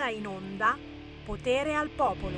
ora in onda Potere al Popolo.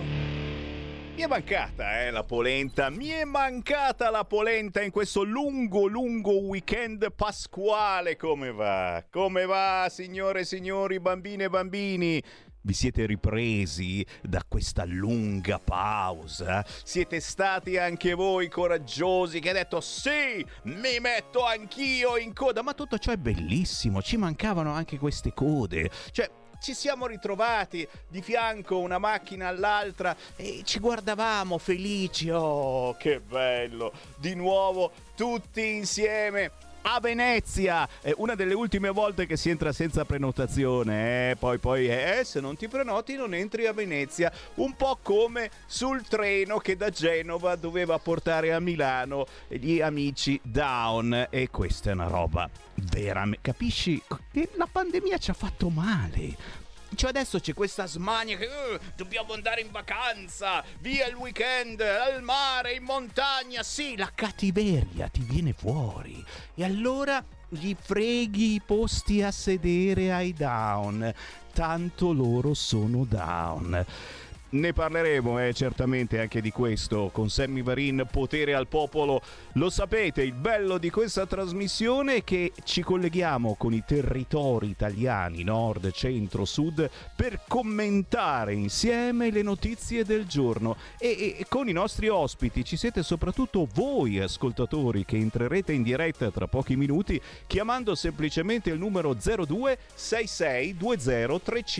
Mi è mancata la polenta, mi è mancata la polenta in questo lungo weekend pasquale. Come va? Come va, signore e signori, bambine e bambini? Vi siete ripresi da questa lunga pausa? Siete stati anche voi coraggiosi che ha detto sì, mi metto anch'io in coda? Ma tutto ciò è bellissimo, ci mancavano anche queste code. Cioè, ci siamo ritrovati di fianco una macchina all'altra e ci guardavamo felici. Oh, che bello! Di nuovo tutti insieme a Venezia, una delle ultime volte che si entra senza prenotazione, poi se non ti prenoti non entri a Venezia, un po' come sul treno che da Genova doveva portare a Milano gli amici Down, e questa è una roba veramente, capisci che la pandemia ci ha fatto male. Cioè adesso c'è questa smania che dobbiamo andare in vacanza, via il weekend, al mare, in montagna. Sì, la cattiveria ti viene fuori e allora gli freghi i posti a sedere ai Down, tanto loro sono down. Ne parleremo certamente anche di questo con Sammy Varin, Potere al Popolo. Lo sapete, il bello di questa trasmissione è che ci colleghiamo con i territori italiani, nord, centro, sud, per commentare insieme le notizie del giorno. E con i nostri ospiti ci siete soprattutto voi ascoltatori che entrerete in diretta tra pochi minuti chiamando semplicemente il numero 02 66 20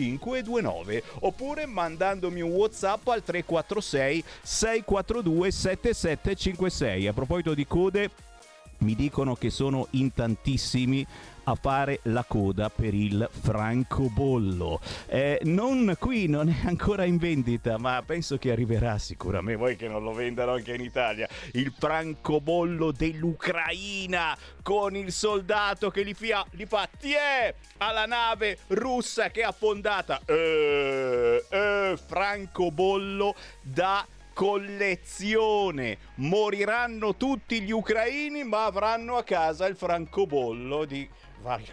3529 oppure mandandomi un WhatsApp al 346 642 7756. A proposito di code, mi dicono che sono in tantissimi a fare la coda per il francobollo. Non è ancora in vendita, ma penso che arriverà sicuramente. Vuoi che non lo vendano anche in Italia? Il francobollo dell'Ucraina, con il soldato che li fa tiè alla nave russa che è affondata. Francobollo da collezione. Moriranno tutti gli ucraini, ma avranno a casa il francobollo di vari.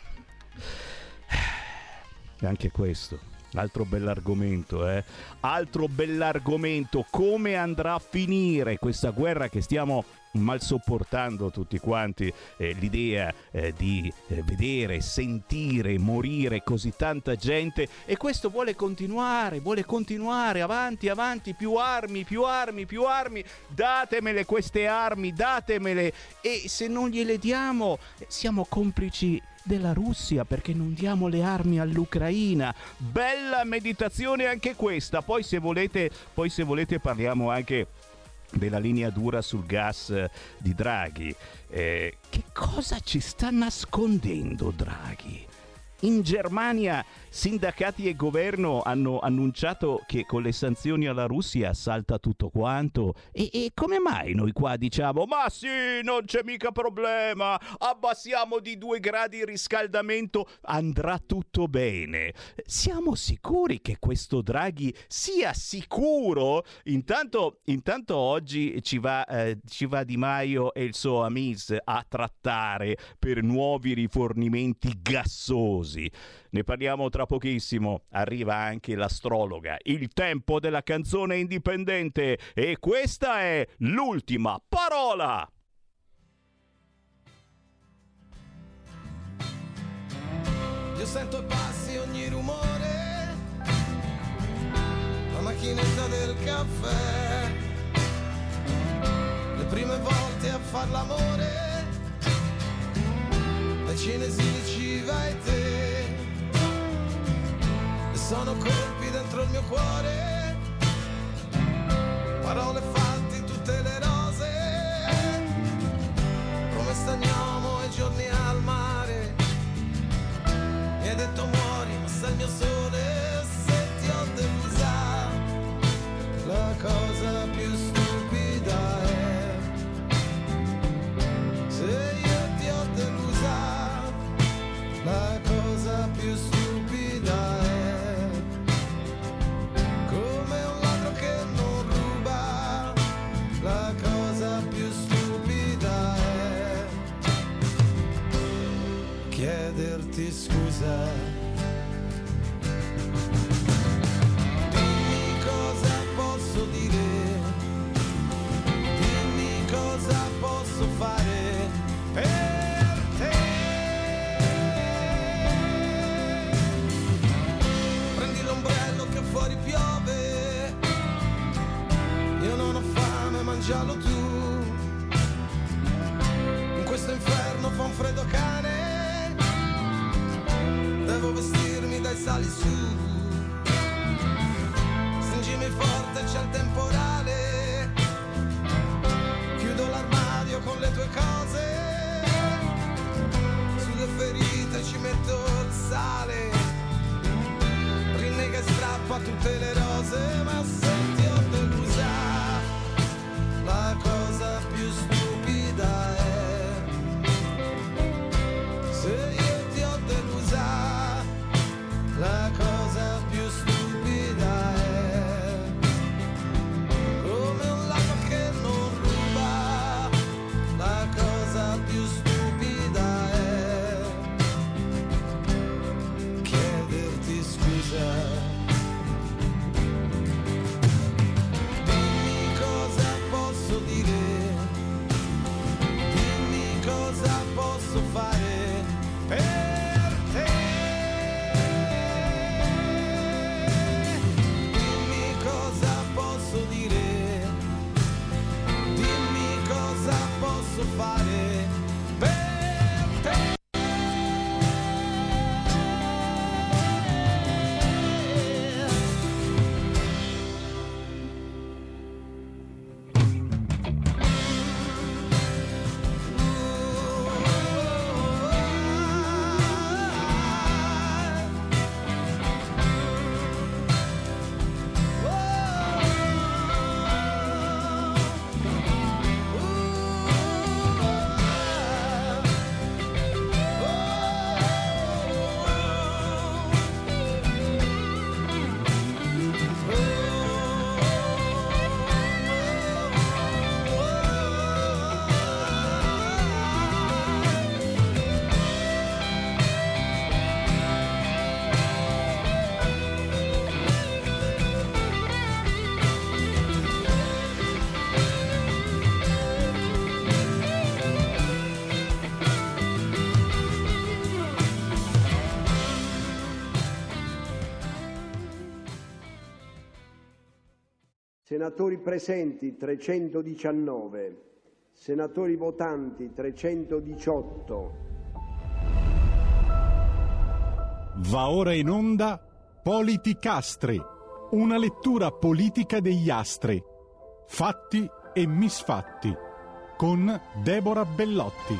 E anche questo, altro bell'argomento, altro bell'argomento. Come andrà a finire questa guerra che stiamo mal sopportando tutti quanti, l'idea di vedere, sentire, morire così tanta gente, e questo vuole continuare, avanti, più armi, datemele queste armi, datemele, e se non gliele diamo siamo complici della Russia perché non diamo le armi all'Ucraina. Bella meditazione anche questa. Poi se volete parliamo anche della linea dura sul gas di Draghi. Che cosa ci sta nascondendo Draghi? In Germania sindacati e governo hanno annunciato che con le sanzioni alla Russia salta tutto quanto. E come mai noi qua diciamo ma sì, non c'è mica problema, abbassiamo di 2 gradi il riscaldamento, andrà tutto bene? Siamo sicuri che questo Draghi sia sicuro? Intanto oggi ci va Di Maio e il suo Amis a trattare per nuovi rifornimenti gassosi. Ne parliamo tra pochissimo. Arriva anche l'astrologa, il tempo della canzone indipendente, e questa è l'ultima parola. Io sento i passi, ogni rumore, la macchinetta del caffè, le prime volte a far l'amore, dai cinesini ci vai te, e sono colpi dentro il mio cuore, parole fatte in tutte le rose, come stagniamo ai giorni al mare, mi hai detto muori ma sei il mio sole, se ti ho delusa la cosa più stupida è, se io ti ho delusa la cosa più stupida è, come un ladro che non ruba, la cosa più stupida è chiederti scusa. fa tutte le rose, ma se ti ho delusa, la cosa più stupida è, se io ti ho delusa, la cosa più stupida è, come un lago che non ruba, la cosa più stupida è, chiederti scusa. Dimmi cosa posso dire, dimmi cosa posso fare per te. Dimmi cosa posso dire, dimmi cosa posso fare per te. Senatori presenti 319, senatori votanti 318. Va ora in onda Politicastri, una lettura politica degli astri, fatti e misfatti, con Deborah Bellotti.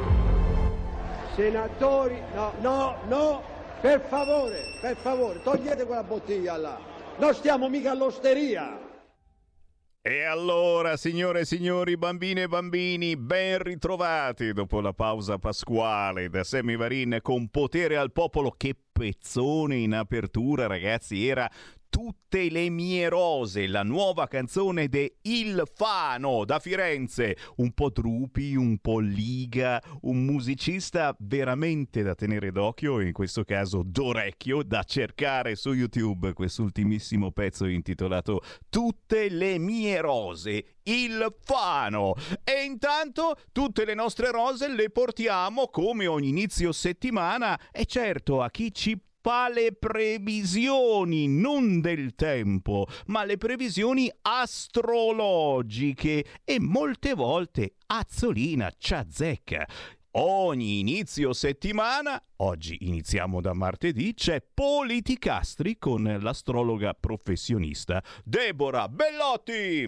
Senatori, no, per favore, togliete quella bottiglia là. Non stiamo mica all'osteria. E allora, signore e signori, bambine e bambini, ben ritrovati dopo la pausa pasquale da Sammy Varin con Potere al Popolo. Che pezzone in apertura, ragazzi, era Tutte le mie rose, la nuova canzone de Il Fano da Firenze, un po' Drupi, un po' Liga, un musicista veramente da tenere d'occhio, in questo caso d'orecchio, da cercare su YouTube, quest'ultimissimo pezzo intitolato Tutte le mie rose, Il Fano. E intanto tutte le nostre rose le portiamo come ogni inizio settimana, e certo a chi ci fa le previsioni non del tempo, ma le previsioni astrologiche, e molte volte Azzolina c'azzecca. Ogni inizio settimana, oggi iniziamo da martedì, c'è Politicastri con l'astrologa professionista Deborah Bellotti.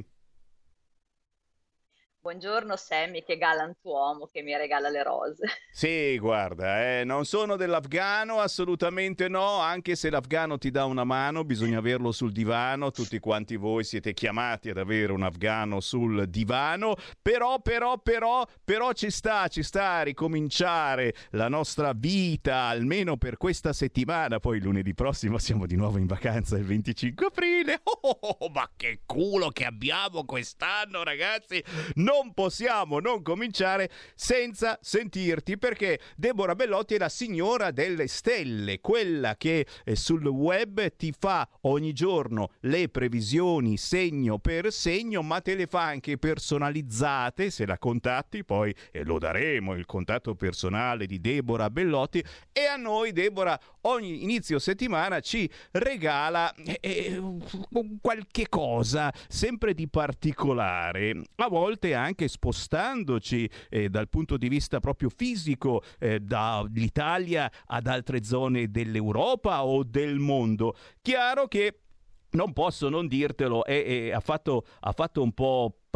Buongiorno Sammy, che galantuomo che mi regala le rose. Sì, guarda, non sono dell'afgano, assolutamente no, anche se l'afgano ti dà una mano, bisogna averlo sul divano, tutti quanti voi siete chiamati ad avere un afgano sul divano, però ci sta a ricominciare la nostra vita, almeno per questa settimana, poi lunedì prossimo siamo di nuovo in vacanza il 25 aprile, ma che culo che abbiamo quest'anno, ragazzi! Non possiamo non cominciare senza sentirti, perché Deborah Bellotti è la signora delle stelle, quella che sul web ti fa ogni giorno le previsioni segno per segno, ma te le fa anche personalizzate. Se la contatti poi lo daremo il contatto personale di Deborah Bellotti, e a noi Deborah ogni inizio settimana ci regala qualche cosa sempre di particolare, a volte anche spostandoci dal punto di vista proprio fisico dall'Italia ad altre zone dell'Europa o del mondo. Chiaro che non posso non dirtelo, ha fatto un po'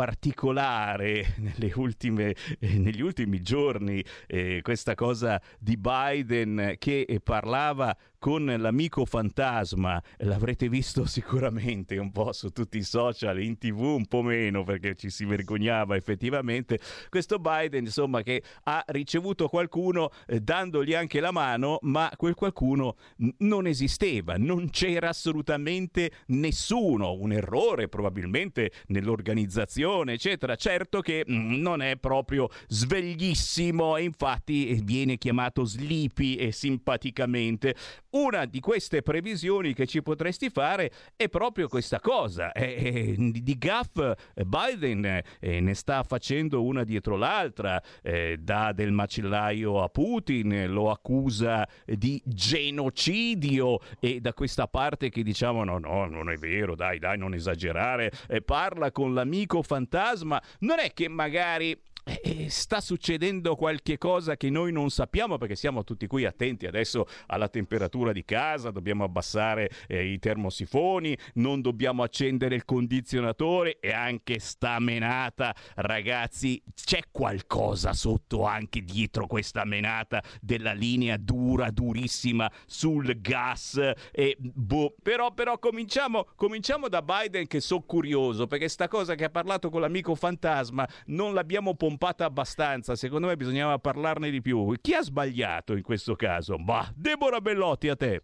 particolare negli ultimi giorni questa cosa di Biden che parlava con l'amico fantasma. L'avrete visto sicuramente un po' su tutti i social, in TV un po' meno perché ci si vergognava effettivamente. Questo Biden, insomma, che ha ricevuto qualcuno dandogli anche la mano, ma quel qualcuno non esisteva, non c'era assolutamente nessuno. Un errore probabilmente nell'organizzazione, eccetera. Certo che non è proprio sveglissimo e infatti viene chiamato Sleepy e simpaticamente. Una di queste previsioni che ci potresti fare è proprio questa cosa. Di gaff Biden ne sta facendo una dietro l'altra, dà del macellaio a Putin, lo accusa di genocidio, e da questa parte che diciamo no, non è vero, dai, non esagerare, parla con l'amico fantasma. Non è che magari sta succedendo qualche cosa che noi non sappiamo, perché siamo tutti qui attenti adesso alla temperatura di casa, dobbiamo abbassare i termosifoni, non dobbiamo accendere il condizionatore, e anche sta menata, ragazzi, c'è qualcosa sotto anche dietro questa menata della linea durissima sul gas, e però cominciamo da Biden, che sono curioso, perché sta cosa che ha parlato con l'amico fantasma non l'abbiamo pompata abbastanza. Secondo me bisognava parlarne di più. Chi ha sbagliato in questo caso? Deborah Bellotti, a te.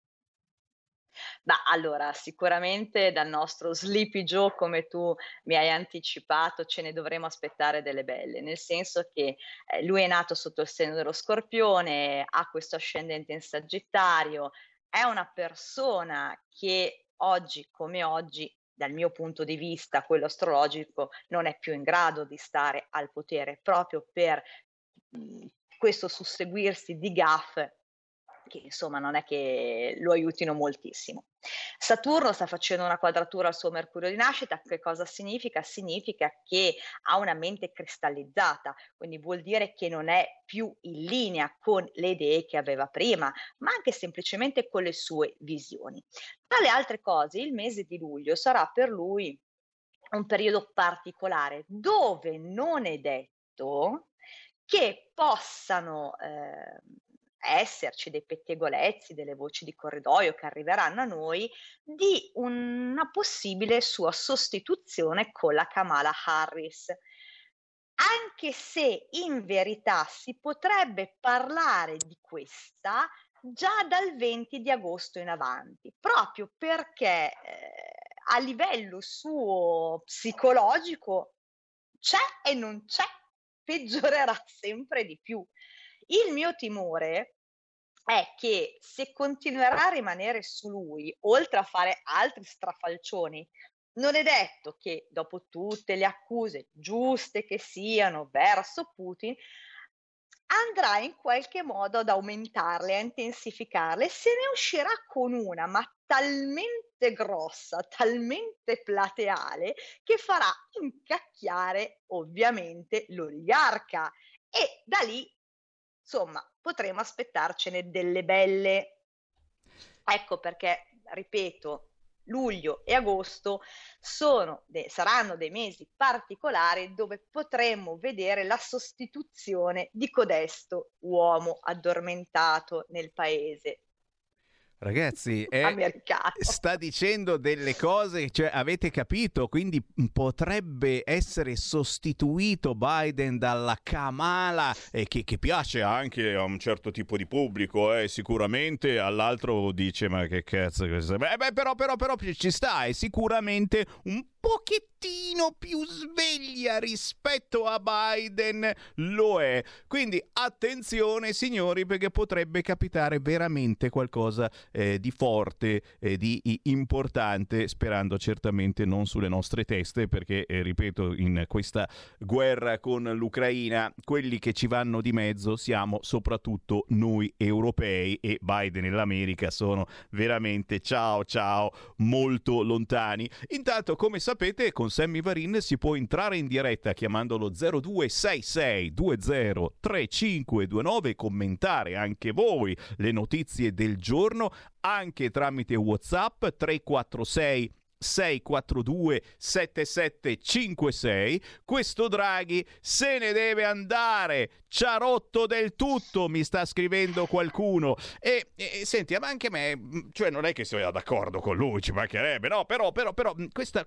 Allora, sicuramente dal nostro Sleepy Joe, come tu mi hai anticipato, ce ne dovremo aspettare delle belle, nel senso che lui è nato sotto il segno dello Scorpione, ha questo ascendente in Sagittario, è una persona che oggi come oggi, dal mio punto di vista, quello astrologico, non è più in grado di stare al potere, proprio per questo susseguirsi di gaffe che insomma non è che lo aiutino moltissimo. Saturno sta facendo una quadratura al suo Mercurio di nascita. Che cosa significa? Significa che ha una mente cristallizzata, quindi vuol dire che non è più in linea con le idee che aveva prima, ma anche semplicemente con le sue visioni. Tra le altre cose, il mese di luglio sarà per lui un periodo particolare, dove non è detto che possano esserci dei pettegolezzi, delle voci di corridoio che arriveranno a noi di una possibile sua sostituzione con la Kamala Harris, anche se in verità si potrebbe parlare di questa già dal 20 di agosto in avanti, proprio perché a livello suo psicologico c'è e non c'è, peggiorerà sempre di più. Il mio timore è che se continuerà a rimanere su lui, oltre a fare altri strafalcioni, non è detto che dopo tutte le accuse giuste che siano verso Putin, andrà in qualche modo ad aumentarle, a intensificarle. Se ne uscirà con una, ma talmente grossa, talmente plateale, che farà incacchiare ovviamente l'oligarca, e da lì insomma potremo aspettarcene delle belle. Ecco perché, ripeto, luglio e agosto saranno dei mesi particolari dove potremo vedere la sostituzione di codesto uomo addormentato nel paese. Ragazzi, Americano. Sta dicendo delle cose, cioè avete capito? Quindi potrebbe essere sostituito Biden dalla Kamala, che piace anche a un certo tipo di pubblico, sicuramente. All'altro dice ma che cazzo, però ci sta, è sicuramente un pochettino più sveglia rispetto a Biden, lo è. Quindi attenzione signori, perché potrebbe capitare veramente qualcosa di forte, di importante, sperando certamente non sulle nostre teste, perché ripeto, in questa guerra con l'Ucraina quelli che ci vanno di mezzo siamo soprattutto noi europei, e Biden e l'America sono veramente ciao molto lontani. Intanto, come sapete, con Sammy Varin si può entrare in diretta chiamandolo 0266203529 e commentare anche voi le notizie del giorno, anche tramite WhatsApp 346 642 7756. Questo Draghi se ne deve andare, ci ha rotto del tutto, mi sta scrivendo qualcuno. E senti, ma anche me, cioè non è che sia d'accordo con lui, ci mancherebbe, no, però questa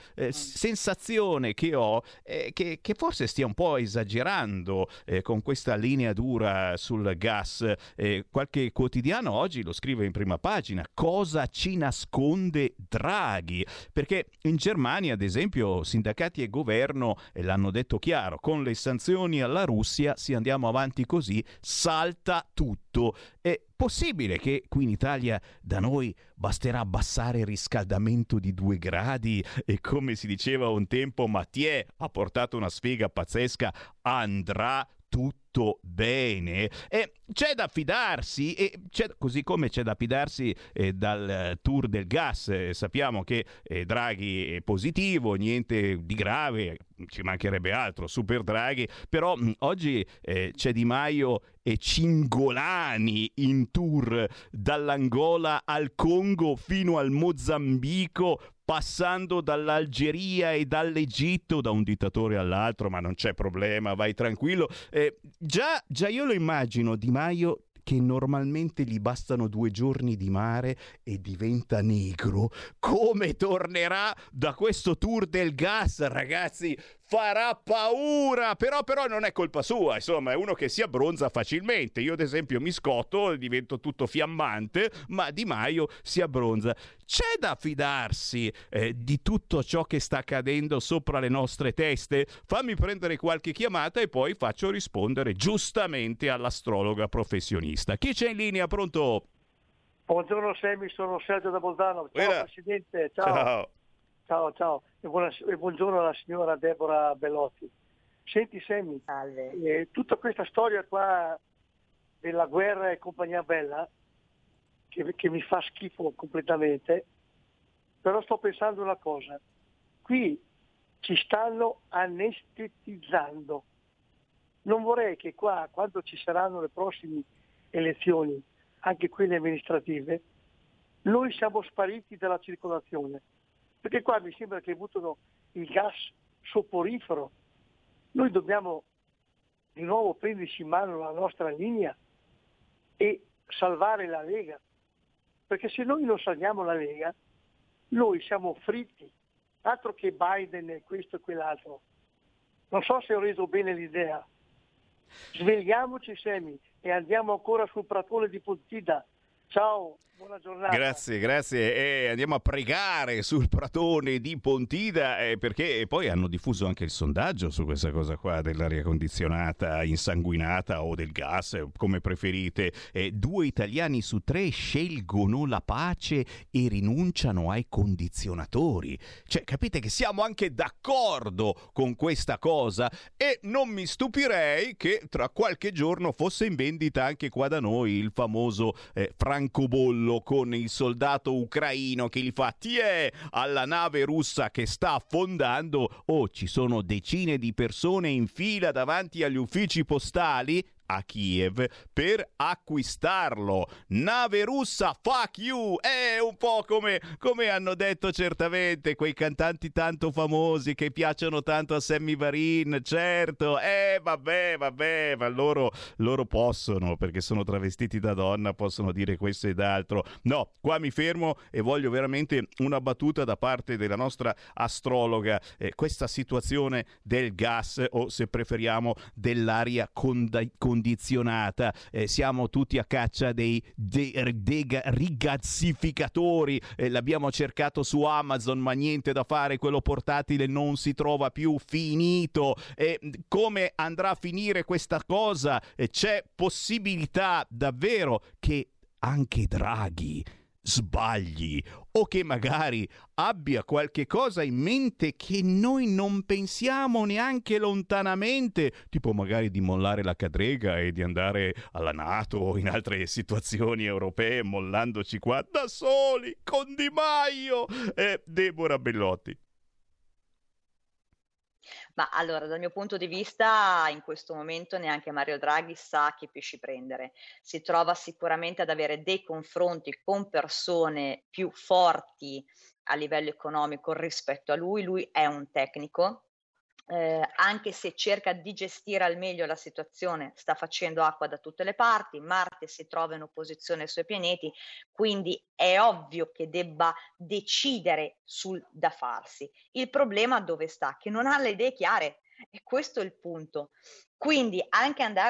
sensazione che ho che forse stia un po' esagerando con questa linea dura sul gas. Qualche quotidiano oggi lo scrive in prima pagina: cosa ci nasconde Draghi? Perché in Germania, ad esempio, sindacati e governo l'hanno detto chiaro: con le sanzioni alla Russia, se andiamo avanti così, salta tutto. È possibile che qui in Italia da noi basterà abbassare il riscaldamento di 2 gradi e, come si diceva un tempo, Mathieu ha portato una sfiga pazzesca, andrà tutto bene? C'è da fidarsi, così come c'è da fidarsi dal tour del gas. Sappiamo che Draghi è positivo, niente di grave, ci mancherebbe altro, super Draghi, però oggi c'è Di Maio e Cingolani in tour dall'Angola al Congo fino al Mozambico, passando dall'Algeria e dall'Egitto, da un dittatore all'altro, ma non c'è problema, vai tranquillo. Già io lo immagino Di Maio che normalmente gli bastano 2 giorni di mare e diventa negro. Come tornerà da questo tour del gas, ragazzi? Farà paura, però non è colpa sua, insomma, è uno che si abbronza facilmente. Io ad esempio mi scotto, divento tutto fiammante, ma Di Maio si abbronza. C'è da fidarsi di tutto ciò che sta accadendo sopra le nostre teste? Fammi prendere qualche chiamata e poi faccio rispondere giustamente all'astrologa professionista. Chi c'è in linea? Pronto? Buongiorno Semi, sono Sergio da Bolzano. Ciao Presidente, ciao. Ciao. E buongiorno alla signora Deborah Bellotti. Senti Semi, tutta questa storia qua della guerra e compagnia bella, che mi fa schifo completamente, però sto pensando una cosa: qui ci stanno anestetizzando. Non vorrei che qua, quando ci saranno le prossime elezioni, anche quelle amministrative, noi siamo spariti dalla circolazione, perché qua mi sembra che buttano il gas soporifero. Noi dobbiamo di nuovo prenderci in mano la nostra linea e salvare la Lega, perché se noi non salviamo la Lega noi siamo fritti, altro che Biden e questo e quell'altro. Non so se ho reso bene l'idea. Svegliamoci Semi e andiamo ancora sul pratone di Pontida. Ciao, buona giornata. Grazie. E andiamo a pregare sul pratone di Pontida, perché poi hanno diffuso anche il sondaggio su questa cosa qua dell'aria condizionata insanguinata o del gas, come preferite. 2 italiani su 3 scelgono la pace e rinunciano ai condizionatori. Cioè, capite che siamo anche d'accordo con questa cosa, e non mi stupirei che tra qualche giorno fosse in vendita anche qua da noi il famoso francobollo con il soldato ucraino che gli fa tiè alla nave russa che sta affondando. Ci sono decine di persone in fila davanti agli uffici postali a Kiev per acquistarlo. Nave russa, fuck you! È un po' come hanno detto certamente quei cantanti tanto famosi che piacciono tanto a Sammy Varin, certo. Vabbè, ma loro possono, perché sono travestiti da donna, possono dire questo ed altro. No, qua mi fermo e voglio veramente una battuta da parte della nostra astrologa. Questa situazione del gas, o se preferiamo dell'aria condizionata, siamo tutti a caccia dei rigassificatori, l'abbiamo cercato su Amazon ma niente da fare, quello portatile non si trova più, finito. Come andrà a finire questa cosa? C'è possibilità davvero che anche Draghi sbagli, o che magari abbia qualche cosa in mente che noi non pensiamo neanche lontanamente, tipo magari di mollare la cadrega e di andare alla NATO o in altre situazioni europee, mollandoci qua da soli con Di Maio e Deborah Bellotti. Ma allora, dal mio punto di vista, in questo momento neanche Mario Draghi sa che pesci prendere. Si trova sicuramente ad avere dei confronti con persone più forti a livello economico rispetto a lui. Lui è un tecnico. Anche se cerca di gestire al meglio la situazione, sta facendo acqua da tutte le parti. Marte si trova in opposizione ai suoi pianeti, quindi è ovvio che debba decidere sul da farsi. Il problema dove sta? Che non ha le idee chiare, e questo è il punto. Quindi anche andare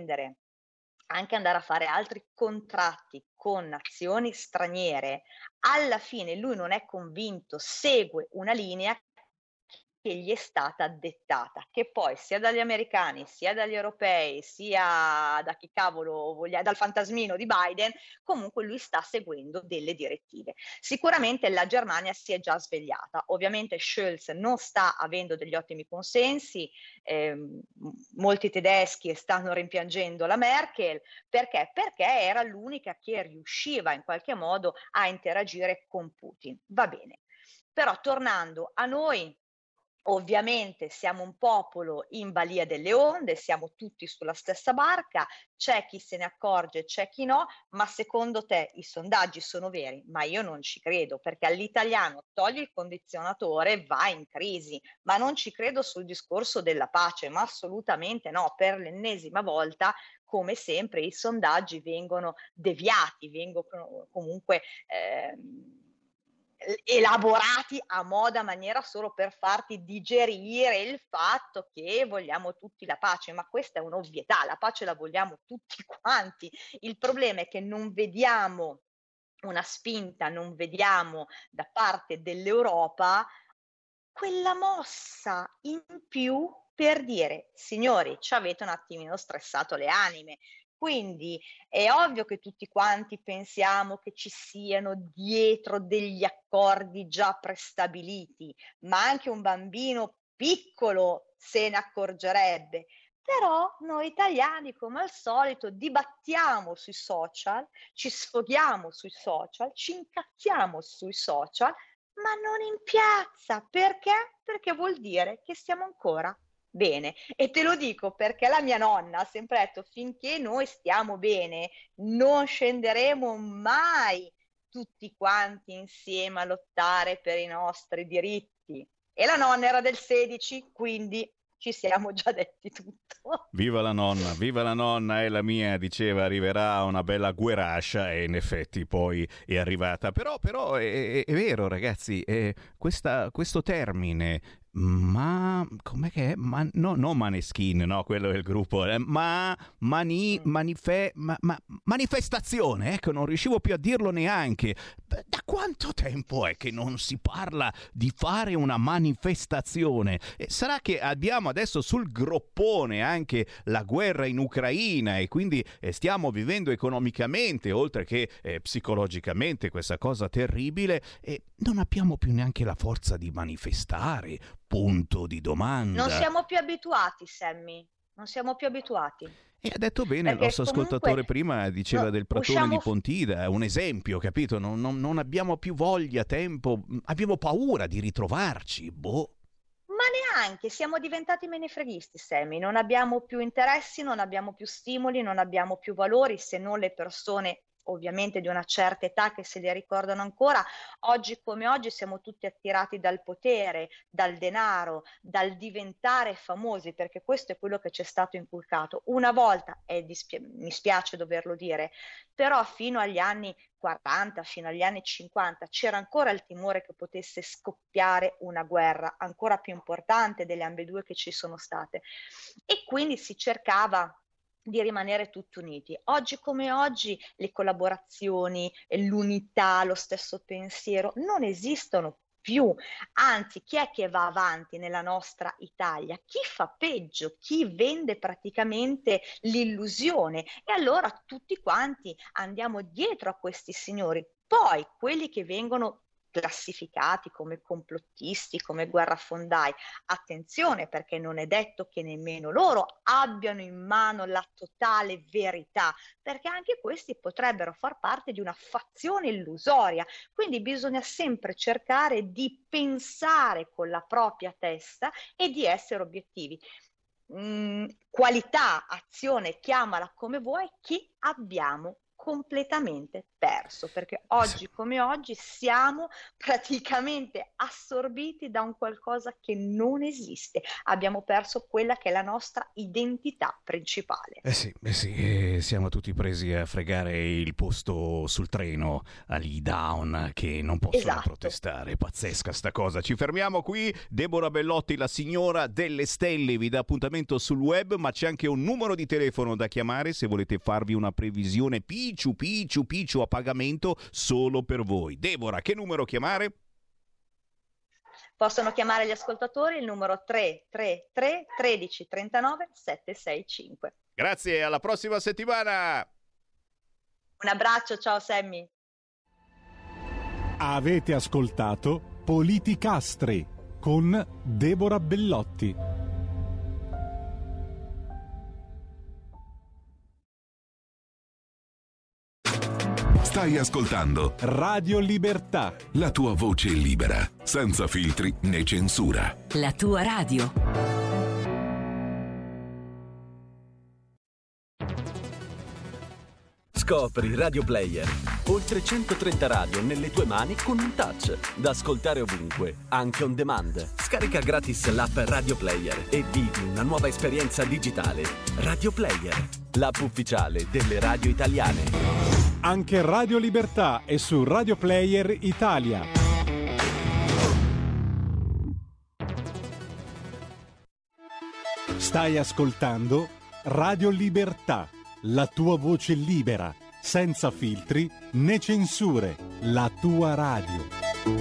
a fare altri contratti con nazioni straniere, alla fine lui non è convinto, segue una linea che gli è stata dettata, che poi sia dagli americani, sia dagli europei, sia da chi cavolo voglia, dal fantasmino di Biden, comunque lui sta seguendo delle direttive. Sicuramente la Germania si è già svegliata, ovviamente Scholz non sta avendo degli ottimi consensi, molti tedeschi stanno rimpiangendo la Merkel, perché era l'unica che riusciva in qualche modo a interagire con Putin. Va bene, però tornando a noi, ovviamente siamo un popolo in balia delle onde, siamo tutti sulla stessa barca, c'è chi se ne accorge, c'è chi no, ma secondo te i sondaggi sono veri? Ma io non ci credo, perché all'italiano togli il condizionatore, va in crisi, ma non ci credo sul discorso della pace, ma assolutamente no, per l'ennesima volta, come sempre, i sondaggi vengono deviati, vengono comunque elaborati a maniera solo per farti digerire il fatto che vogliamo tutti la pace, ma questa è un'ovvietà, la pace la vogliamo tutti quanti. Il problema è che non vediamo una spinta, non vediamo da parte dell'Europa quella mossa in più per dire: signori, ci avete un attimino stressato le anime. Quindi è ovvio che tutti quanti pensiamo che ci siano dietro degli accordi già prestabiliti, ma anche un bambino piccolo se ne accorgerebbe. Però noi italiani, come al solito, dibattiamo sui social, ci sfoghiamo sui social, ci incazziamo sui social, ma non in piazza. Perché? Perché vuol dire che stiamo ancora bene. E te lo dico perché la mia nonna ha sempre detto: finché noi stiamo bene non scenderemo mai tutti quanti insieme a lottare per i nostri diritti. E la nonna era del 16, quindi ci siamo già detti tutto. Viva la nonna, e la mia diceva arriverà una bella guerascia, e in effetti poi è arrivata. Però è vero, ragazzi, questo termine, ma com'è che è? No, Maneskin, no, quello è il gruppo. Manifestazione, ecco, non riuscivo più a dirlo neanche. Da quanto tempo è che non si parla di fare una manifestazione? Sarà che abbiamo adesso sul groppone anche la guerra in Ucraina, e quindi stiamo vivendo economicamente, oltre che psicologicamente, questa cosa terribile, e non abbiamo più neanche la forza di manifestare. Punto di domanda. Non siamo più abituati, Sammy, non siamo più abituati. E ha detto bene il nostro ascoltatore prima, diceva del Pratone di Pontida, un esempio, capito? Non abbiamo più voglia, tempo, abbiamo paura di ritrovarci, boh. Ma neanche, siamo diventati menefreghisti, Sammy, non abbiamo più interessi, non abbiamo più stimoli, non abbiamo più valori, se non le persone ovviamente di una certa età che se li ricordano ancora. Oggi come oggi siamo tutti attirati dal potere, dal denaro, dal diventare famosi, perché questo è quello che ci è stato inculcato. Una volta, mi spiace doverlo dire, però fino agli anni 40, fino agli anni 50 c'era ancora il timore che potesse scoppiare una guerra ancora più importante delle ambedue che ci sono state, e quindi si cercava di rimanere tutti uniti. Oggi come oggi le collaborazioni, l'unità, lo stesso pensiero non esistono più, anzi chi è che va avanti nella nostra Italia? Chi fa peggio? Chi vende praticamente l'illusione? E allora tutti quanti andiamo dietro a questi signori. Poi quelli che vengono classificati come complottisti, come guerrafondai. Attenzione, perché non è detto che nemmeno loro abbiano in mano la totale verità, perché anche questi potrebbero far parte di una fazione illusoria. Quindi bisogna sempre cercare di pensare con la propria testa e di essere obiettivi. Qualità, azione, chiamala come vuoi, che abbiamo completamente perso, perché oggi come oggi siamo praticamente assorbiti da un qualcosa che non esiste. Abbiamo perso quella che è la nostra identità principale. Siamo tutti presi a fregare il posto sul treno agli down che non possono protestare. Pazzesca sta cosa. Ci fermiamo qui. Deborah Bellotti, la signora delle stelle, vi dà appuntamento sul web, ma c'è anche un numero di telefono da chiamare se volete farvi una previsione picciu a pagamento solo per voi. Deborah, che numero chiamare? Possono chiamare gli ascoltatori il numero 333 13 39 765. Grazie, alla prossima settimana. Un abbraccio, ciao Sammy. Avete ascoltato Politicastri con Deborah Bellotti. Stai ascoltando Radio Libertà, la tua voce libera, senza filtri né censura. La tua radio. Scopri Radio Player. Oltre 130 radio nelle tue mani con un touch. Da ascoltare ovunque, anche on demand. Scarica gratis l'app Radio Player e vivi una nuova esperienza digitale. Radio Player, l'app ufficiale delle radio italiane. Anche Radio Libertà è su Radio Player Italia. Stai ascoltando Radio Libertà, la tua voce libera, senza filtri né censure, la tua radio.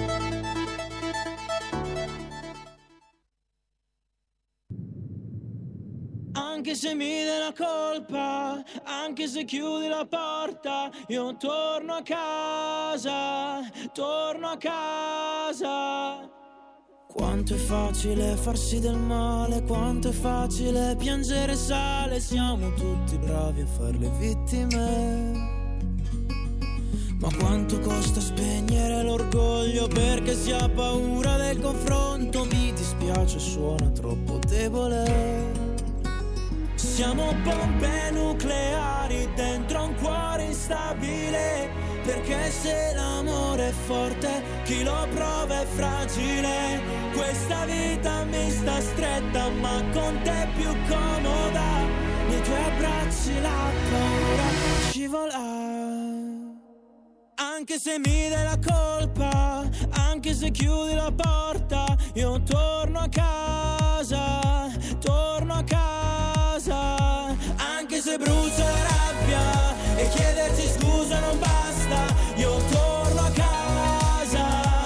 Anche se mi dai la colpa, anche se chiudi la porta, io torno a casa, torno a casa. Quanto è facile farsi del male, quanto è facile piangere sale, siamo tutti bravi a fare le vittime. Ma quanto costa spegnere l'orgoglio perché si ha paura del confronto, mi dispiace, suona troppo debole. Siamo bombe nucleari dentro un cuore instabile, perché se l'amore è forte, chi lo prova è fragile. Questa vita mi sta stretta, ma con te è più comoda. Nei tuoi abbracci la paura scivola. Anche se mi dai la colpa, anche se chiudi la porta, io torno a casa, torno a casa. Anche se brucia la rabbia e chiederci scusa non basta, io torno a casa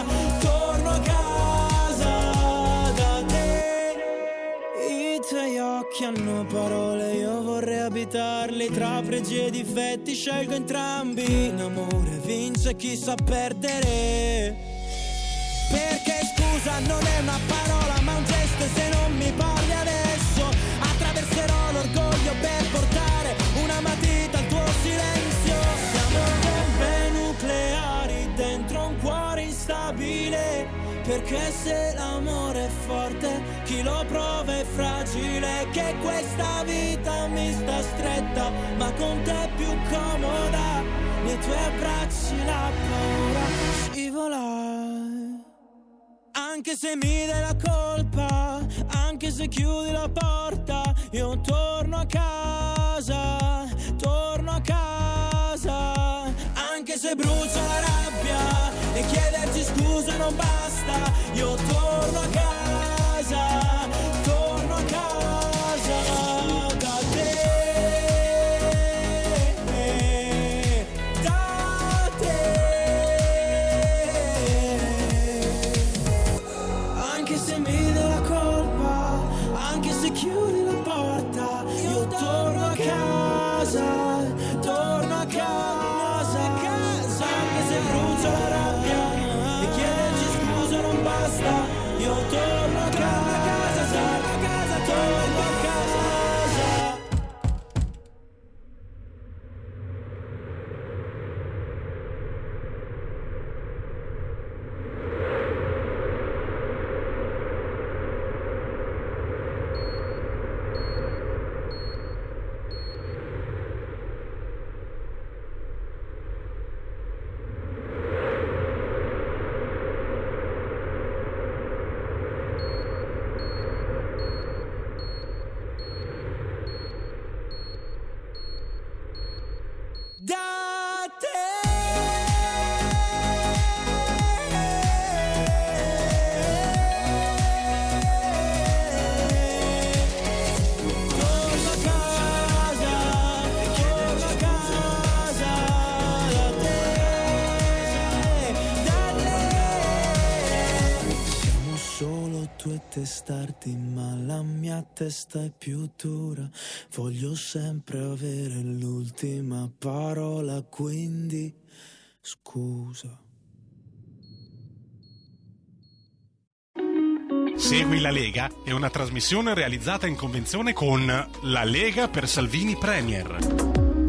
da te. I tuoi occhi hanno parole, io vorrei abitarli, tra pregi e difetti scelgo entrambi. In amore vince chi sa perdere, perché scusa non è una parola ma un gesto, e se non mi parli adesso attraverserò l'orgoglio per portare una matita al tuo silenzio. Siamo bombe nucleari dentro un cuore instabile, perché se l'amore è forte, chi lo prova è fragile. Che questa vita mi sta stretta, ma con te è più comoda. Nei tuoi abbracci la paura scivola. Anche se mi dai la colpa, anche se chiudi la porta, io torno a casa, torno a casa. Anche se brucia la rabbia e chiederci scusa non basta, io torno a casa, torno a casa da te. Da te. Anche se mi dai la colpa, anche se chiudi la porta, io torno a casa, torno a casa. Anche se brucia la rabbia e chiede detestarti, ma la mia testa è più dura. Voglio sempre avere l'ultima parola, quindi scusa. Segui la Lega è una trasmissione realizzata in convenzione con La Lega per Salvini Premier.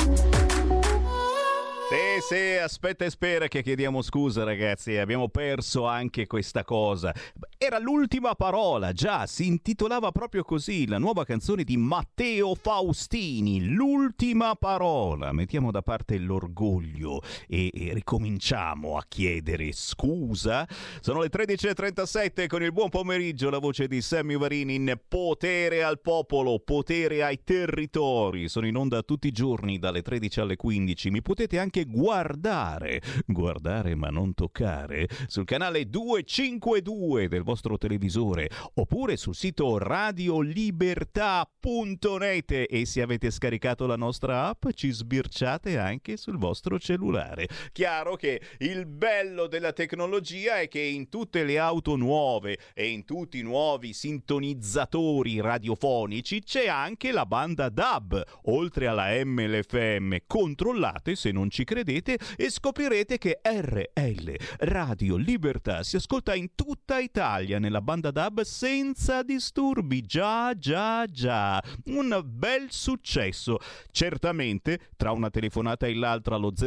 Sì, aspetta e spera che chiediamo scusa, ragazzi, abbiamo perso anche questa cosa. Era l'ultima parola, già, si intitolava proprio così, la nuova canzone di Matteo Faustini, l'ultima parola. Mettiamo da parte l'orgoglio e ricominciamo a chiedere scusa. Sono le 13.37 con il buon pomeriggio, la voce di Sammy Varini in Potere al Popolo, potere ai territori. Sono in onda tutti i giorni dalle 13 alle 15, mi potete anche guardare ma non toccare sul canale 252 del vostro televisore oppure sul sito radiolibertà.net, e se avete scaricato la nostra app ci sbirciate anche sul vostro cellulare. Chiaro che il bello della tecnologia è che in tutte le auto nuove e in tutti i nuovi sintonizzatori radiofonici c'è anche la banda DAB oltre alla MLFM. Controllate se non ci credete e scoprirete che RL Radio Libertà si ascolta in tutta Italia nella banda DAB senza disturbi. Già, un bel successo. Certamente tra una telefonata e l'altra allo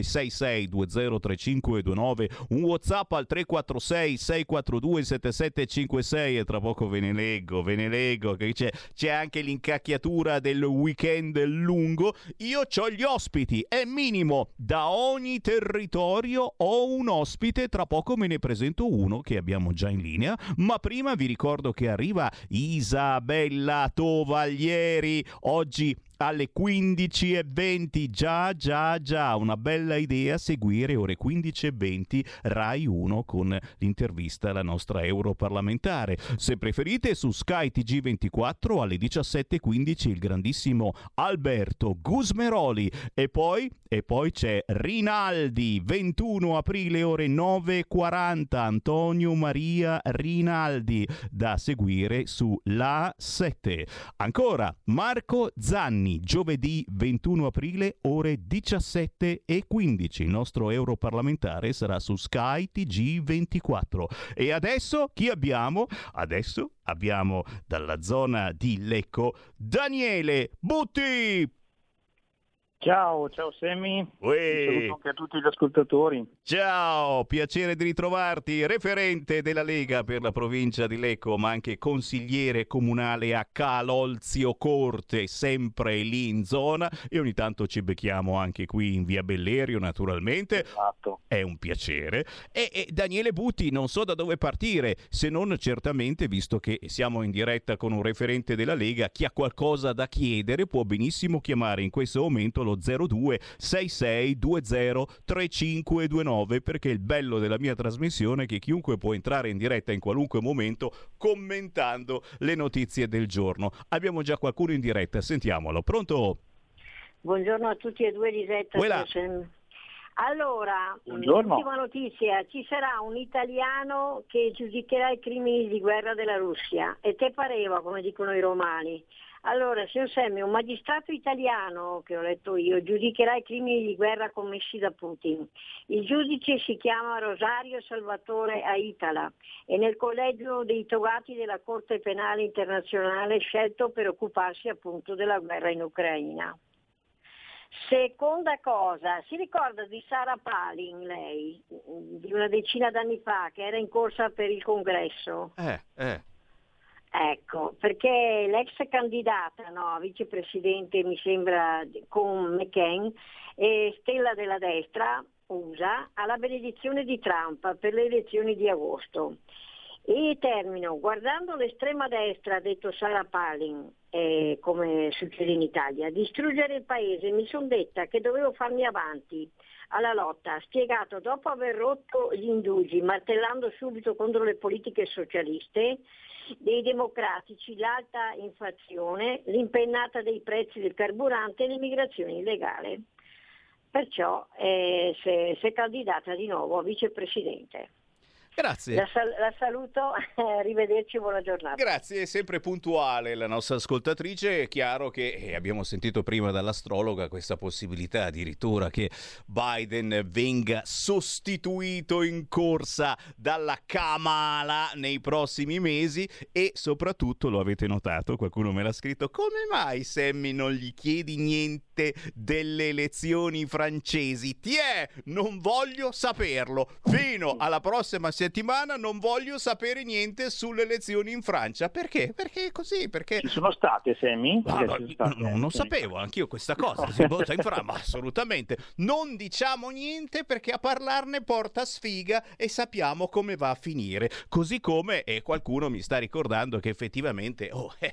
0266203529, un WhatsApp al 346 642 7756 e tra poco ve ne leggo che c'è anche l'incacchiatura del weekend lungo. Io c'ho gli ospiti, è minimo, da ogni territorio ho un ospite, tra poco me ne presento uno che abbiamo già in linea, ma prima vi ricordo che arriva Isabella Tovaglieri oggi alle 15.20. Già, una bella idea seguire ore 15.20 Rai 1 con l'intervista alla nostra europarlamentare. Se preferite su Sky TG24 alle 17.15 il grandissimo Alberto Gusmeroli e poi c'è Rinaldi, 21 aprile ore 9.40 Antonio Maria Rinaldi, da seguire su La 7. Ancora Marco Zanni, giovedì 21 aprile ore 17.15. Il nostro europarlamentare sarà su Sky TG24. E adesso chi abbiamo? Adesso abbiamo dalla zona di Lecco Daniele Butti. Ciao Sammy, saluto anche a tutti gli ascoltatori. Ciao, piacere di ritrovarti, referente della Lega per la provincia di Lecco, ma anche consigliere comunale a Calolzio Corte, sempre lì in zona, e ogni tanto ci becchiamo anche qui in via Bellerio, naturalmente. Esatto. È un piacere. E Daniele Butti, non so da dove partire, se non certamente, visto che siamo in diretta con un referente della Lega, chi ha qualcosa da chiedere può benissimo chiamare in questo momento lo 02 6620 3529, perché il bello della mia trasmissione è che chiunque può entrare in diretta in qualunque momento commentando le notizie del giorno. Abbiamo già qualcuno in diretta, sentiamolo. Pronto? Buongiorno a tutti e due, Lisetta. Allora, ultima notizia, ci sarà un italiano che giudicherà i crimini di guerra della Russia, e te pareva, come dicono i romani. Allora, signor Semmi, un magistrato italiano, che ho letto io, giudicherà i crimini di guerra commessi da Putin. Il giudice si chiama Rosario Salvatore Aitala, e nel collegio dei togati della Corte Penale Internazionale scelto per occuparsi appunto della guerra in Ucraina. Seconda cosa, si ricorda di Sarah Palin, lei, di una decina d'anni fa, che era in corsa per il congresso? Ecco, perché l'ex candidata, vicepresidente, mi sembra, con McCain, stella della destra USA, alla benedizione di Trump per le elezioni di agosto. E termino, guardando l'estrema destra, ha detto Sarah Palin, come succede in Italia, distruggere il paese, mi sono detta che dovevo farmi avanti alla lotta, spiegato dopo aver rotto gli indugi, martellando subito contro le politiche socialiste, dei democratici, l'alta inflazione, l'impennata dei prezzi del carburante e l'immigrazione illegale. Perciò si è candidata di nuovo a vicepresidente. Grazie. La saluto, arrivederci, buona giornata. Grazie, è sempre puntuale la nostra ascoltatrice. È chiaro che abbiamo sentito prima dall'astrologa questa possibilità addirittura che Biden venga sostituito in corsa dalla Kamala nei prossimi mesi, e soprattutto, lo avete notato, qualcuno me l'ha scritto, come mai Sammy non gli chiedi niente delle elezioni francesi? Non voglio saperlo, fino alla prossima settimana non voglio sapere niente sulle elezioni in Francia. Perché? Perché così? Perché ci sono state, Sammy? Non sapevo anch'io questa cosa. Si vota in Francia, ma assolutamente non diciamo niente, perché a parlarne porta sfiga e sappiamo come va a finire. Così come qualcuno mi sta ricordando che effettivamente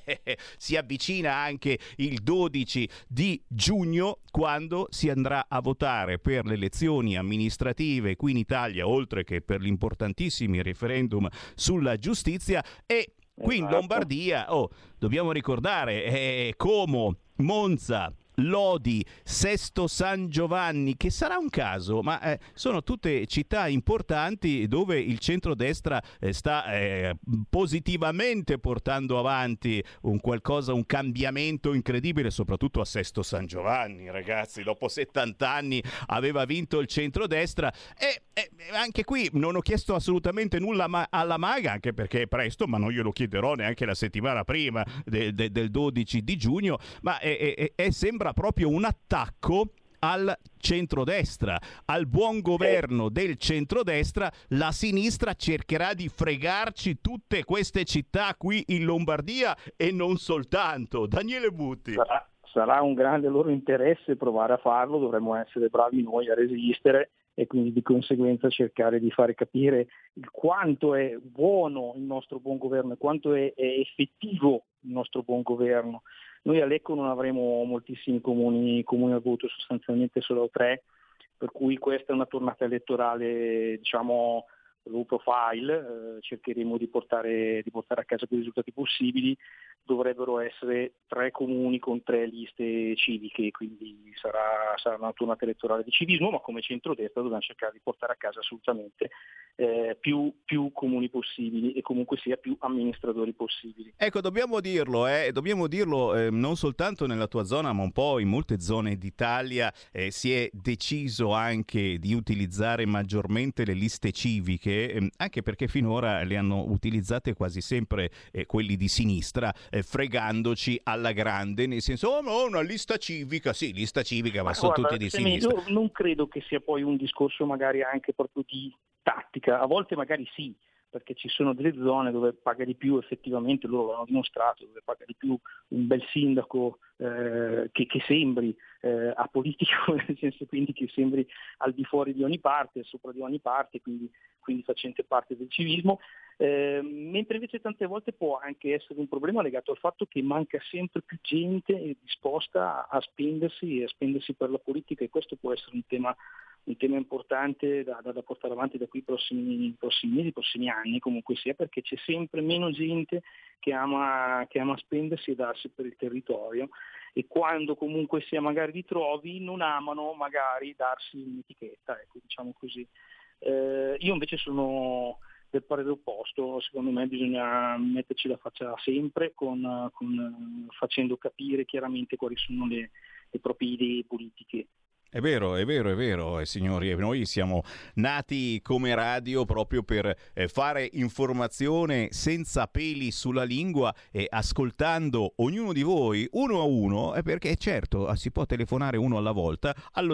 si avvicina anche il 12 di giugno, quando si andrà a votare per le elezioni amministrative qui in Italia, oltre che per gli importantissimi referendum sulla giustizia. E qui in Lombardia dobbiamo ricordare Como, Monza, Lodi, Sesto San Giovanni, che sarà un caso, ma sono tutte città importanti dove il centrodestra sta positivamente portando avanti un cambiamento incredibile, soprattutto a Sesto San Giovanni, ragazzi, dopo 70 anni aveva vinto il centrodestra. E anche qui non ho chiesto assolutamente nulla alla Maga, anche perché è presto, ma non glielo chiederò neanche la settimana prima del 12 di giugno, ma sembra proprio un attacco al centrodestra, al buon governo del centrodestra. La sinistra cercherà di fregarci tutte queste città qui in Lombardia, e non soltanto. Daniele Butti. Sarà un grande loro interesse provare a farlo, dovremmo essere bravi noi a resistere e quindi di conseguenza cercare di fare capire quanto è buono il nostro buon governo e quanto è effettivo il nostro buon governo. Noi a Lecco non avremo moltissimi comuni al voto, sostanzialmente solo 3, per cui questa è una tornata elettorale, diciamo, low profile, cercheremo di portare a casa più risultati possibili. Dovrebbero essere 3 comuni con 3 liste civiche, quindi sarà una tornata elettorale di civismo, ma come centrodestra dobbiamo cercare di portare a casa assolutamente più comuni possibili e comunque sia più amministratori possibili. Ecco, dobbiamo dirlo non soltanto nella tua zona, ma un po' in molte zone d'Italia si è deciso anche di utilizzare maggiormente le liste civiche, anche perché finora le hanno utilizzate quasi sempre quelli di sinistra, fregandoci alla grande, nel senso una lista civica, sì, lista civica, ma sono tutti di sinistra. Io non credo che sia poi un discorso magari anche proprio di tattica, a volte magari sì, perché ci sono delle zone dove paga di più, effettivamente loro l'hanno dimostrato, dove paga di più un bel sindaco che sembri apolitico, nel senso quindi che sembri al di fuori di ogni parte, sopra di ogni parte, quindi facente parte del civismo, mentre invece tante volte può anche essere un problema legato al fatto che manca sempre più gente disposta a spendersi per la politica, e questo può essere un tema importante da portare avanti da qui i prossimi mesi, i prossimi anni, comunque sia, perché c'è sempre meno gente che ama spendersi e darsi per il territorio, e quando comunque sia magari li trovi non amano magari darsi un'etichetta, ecco, diciamo così. Io invece sono del parere opposto. Secondo me bisogna metterci la faccia sempre facendo capire chiaramente quali sono le proprie idee politiche. È vero, signori, noi siamo nati come radio proprio per fare informazione senza peli sulla lingua, e ascoltando ognuno di voi uno a uno, perché certo si può telefonare uno alla volta allo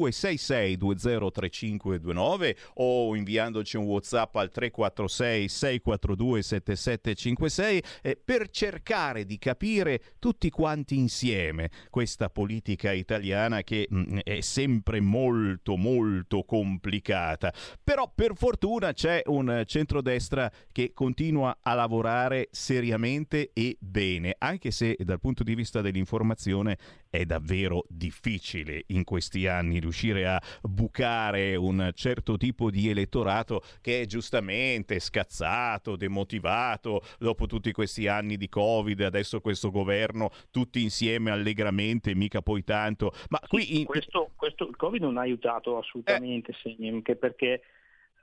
0266203529 o inviandoci un WhatsApp al 346 642 7756 per cercare di capire tutti quanti insieme questa politica italiana che è sempre molto molto complicata. Però per fortuna c'è un centrodestra che continua a lavorare seriamente e bene, anche se dal punto di vista dell'informazione è davvero difficile in questi anni riuscire a bucare un certo tipo di elettorato che è giustamente scazzato, demotivato dopo tutti questi anni di Covid, adesso questo governo tutti insieme allegramente, mica poi tanto. Ma qui questo il Covid non ha aiutato assolutamente, anche perché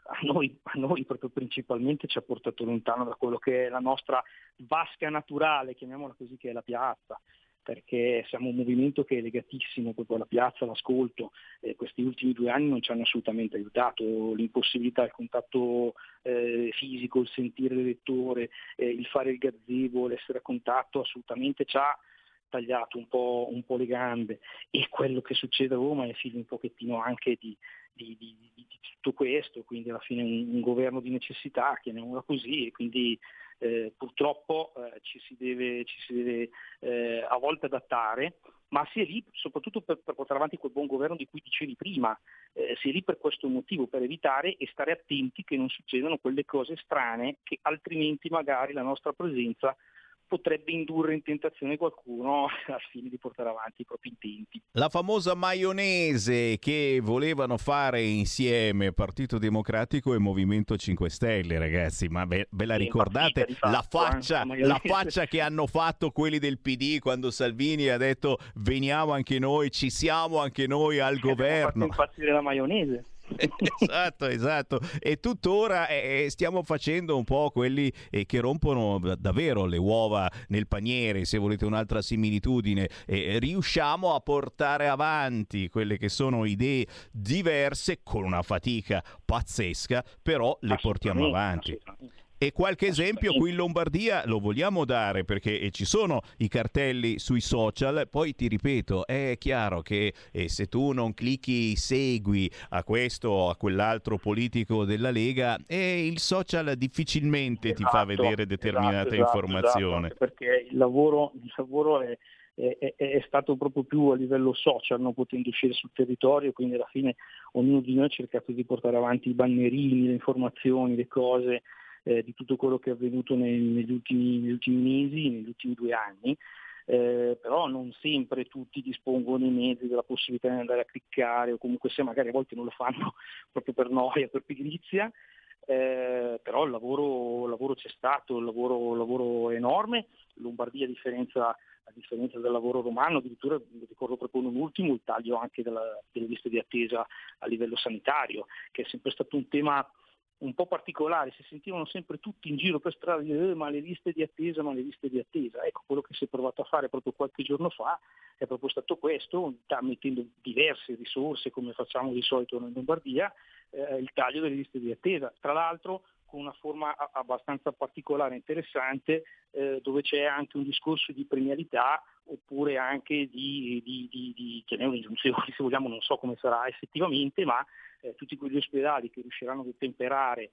a noi proprio principalmente ci ha portato lontano da quello che è la nostra vasca naturale, chiamiamola così, che è la piazza, perché siamo un movimento che è legatissimo proprio alla piazza, all'ascolto. Questi ultimi 2 anni non ci hanno assolutamente aiutato, l'impossibilità, il contatto fisico, il sentire l'elettore, il fare il gazebo, l'essere a contatto assolutamente ci ha tagliato un po' le gambe, e quello che succede a Roma è figlio un pochettino anche di tutto questo, quindi alla fine un governo di necessità, chiamiamola così, e quindi purtroppo ci si deve a volte adattare, ma si è lì soprattutto per portare avanti quel buon governo di cui dicevi prima, si è lì per questo motivo, per evitare e stare attenti che non succedano quelle cose strane che altrimenti magari la nostra presenza potrebbe indurre in tentazione qualcuno al fine di portare avanti i propri intenti. La famosa maionese che volevano fare insieme Partito Democratico e Movimento 5 Stelle, ragazzi, ma ve la ricordate la faccia che hanno fatto quelli del PD quando Salvini ha detto veniamo anche noi, ci siamo anche noi al governo? Fatto impazzire la maionese. Esatto, e tuttora stiamo facendo un po' quelli che rompono davvero le uova nel paniere, se volete un'altra similitudine, riusciamo a portare avanti quelle che sono idee diverse con una fatica pazzesca, però le portiamo avanti. E qualche esempio qui in Lombardia lo vogliamo dare, perché ci sono i cartelli sui social. Poi ti ripeto, è chiaro che se tu non clicchi segui a questo o a quell'altro politico della Lega, il social difficilmente ti fa vedere determinate informazioni. Perché il lavoro è stato proprio più a livello social, non potendo uscire sul territorio, quindi alla fine ognuno di noi ha cercato di portare avanti i bannerini, le informazioni, le cose, di tutto quello che è avvenuto negli ultimi mesi, negli ultimi 2 anni, però non sempre tutti dispongono i mezzi della possibilità di andare a cliccare, o comunque se magari a volte non lo fanno proprio per noia, per pigrizia, però il lavoro c'è stato, il lavoro è enorme. Lombardia, a differenza del lavoro romano, addirittura ricordo proprio un ultimo, il taglio anche delle liste di attesa a livello sanitario, che è sempre stato un tema un po' particolare. Si sentivano sempre tutti in giro per strada dire ma le liste di attesa. Ecco, quello che si è provato a fare proprio qualche giorno fa è proprio stato questo, mettendo diverse risorse come facciamo di solito in Lombardia, il taglio delle liste di attesa, tra l'altro con una forma abbastanza particolare e interessante, dove c'è anche un discorso di premialità, oppure anche di chiamiamolo ingiunzioni, se vogliamo, non so come sarà effettivamente, ma tutti quegli ospedali che riusciranno ad ottemperare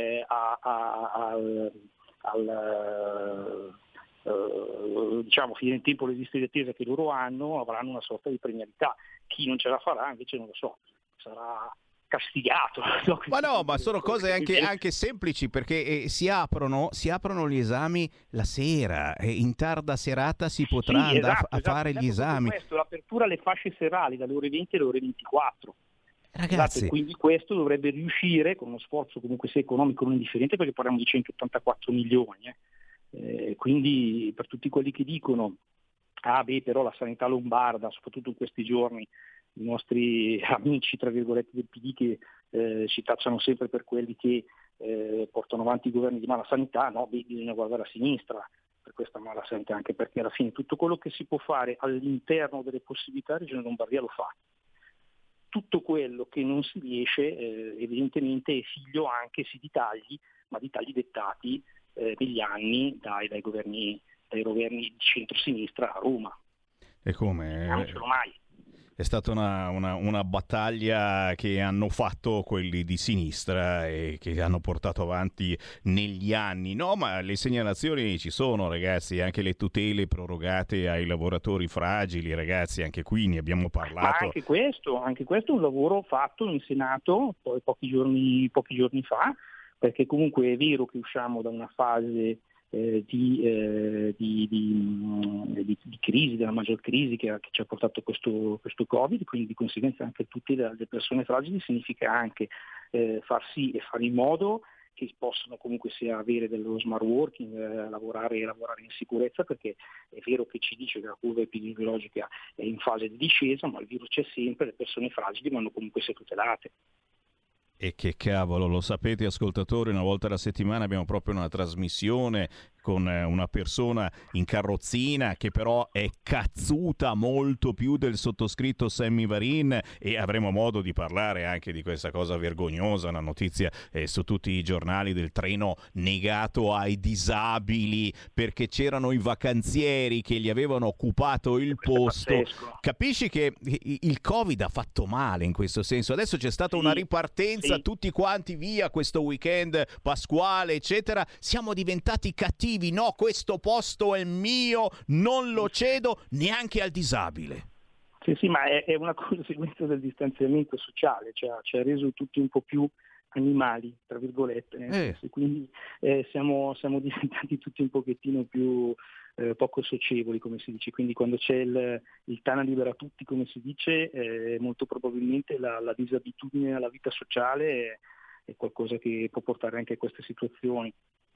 diciamo finire in tempo le liste di attesa che loro hanno, avranno una sorta di premialità. Chi non ce la farà invece non lo so, sarà castigato. Ma no, ma sono cose anche semplici, perché si aprono gli esami la sera e in tarda serata si potrà andare a fare gli esami. Questo, l'apertura alle fasce serali dalle ore 20 alle ore 24. Ragazzi, quindi questo dovrebbe riuscire, con uno sforzo comunque sia economico non indifferente, perché parliamo di 184 milioni. Quindi per tutti quelli che dicono però la sanità lombarda, soprattutto in questi giorni, i nostri amici tra virgolette del PD che ci tacciano sempre per quelli che portano avanti i governi di mala sanità, no, bisogna guardare a sinistra per questa mala sanità, anche perché alla fine tutto quello che si può fare all'interno delle possibilità la Regione Lombardia lo fa. Tutto quello che non si riesce evidentemente è figlio anche di tagli, ma di tagli dettati negli anni dai governi di centrosinistra a Roma. E come? Non ce l'ho mai. È stata una battaglia che hanno fatto quelli di sinistra e che hanno portato avanti negli anni. No, ma le segnalazioni ci sono, ragazzi, anche le tutele prorogate ai lavoratori fragili, ragazzi, anche qui ne abbiamo parlato. Ma anche questo è un lavoro fatto in Senato poi pochi giorni fa, perché comunque è vero che usciamo da una fase di crisi, della maggior crisi che ci ha portato questo Covid, quindi di conseguenza anche tutte le persone fragili significa anche far sì e fare in modo che possano comunque sia avere dello smart working, lavorare in sicurezza, perché è vero che ci dice che la curva epidemiologica è in fase di discesa, ma il virus c'è sempre, le persone fragili vanno comunque sia tutelate. E che cavolo, lo sapete ascoltatori, una volta alla settimana abbiamo proprio una trasmissione con una persona in carrozzina che però è cazzuta molto più del sottoscritto Sammy Varin, e avremo modo di parlare anche di questa cosa vergognosa, una notizia su tutti i giornali del treno negato ai disabili perché c'erano i vacanzieri che gli avevano occupato il posto. Capisci che il Covid ha fatto male in questo senso. Adesso c'è stata una ripartenza, tutti quanti via questo weekend pasquale eccetera, siamo diventati cattivi. No, questo posto è mio, non lo cedo neanche al disabile. Sì, ma è una conseguenza del distanziamento sociale, cioè ci ha reso tutti un po' più animali, tra virgolette, quindi siamo diventati tutti un pochettino più poco socievoli, come si dice, quindi quando c'è il Tana libera tutti, come si dice, molto probabilmente la disabitudine alla vita sociale è qualcosa che può portare anche a queste situazioni.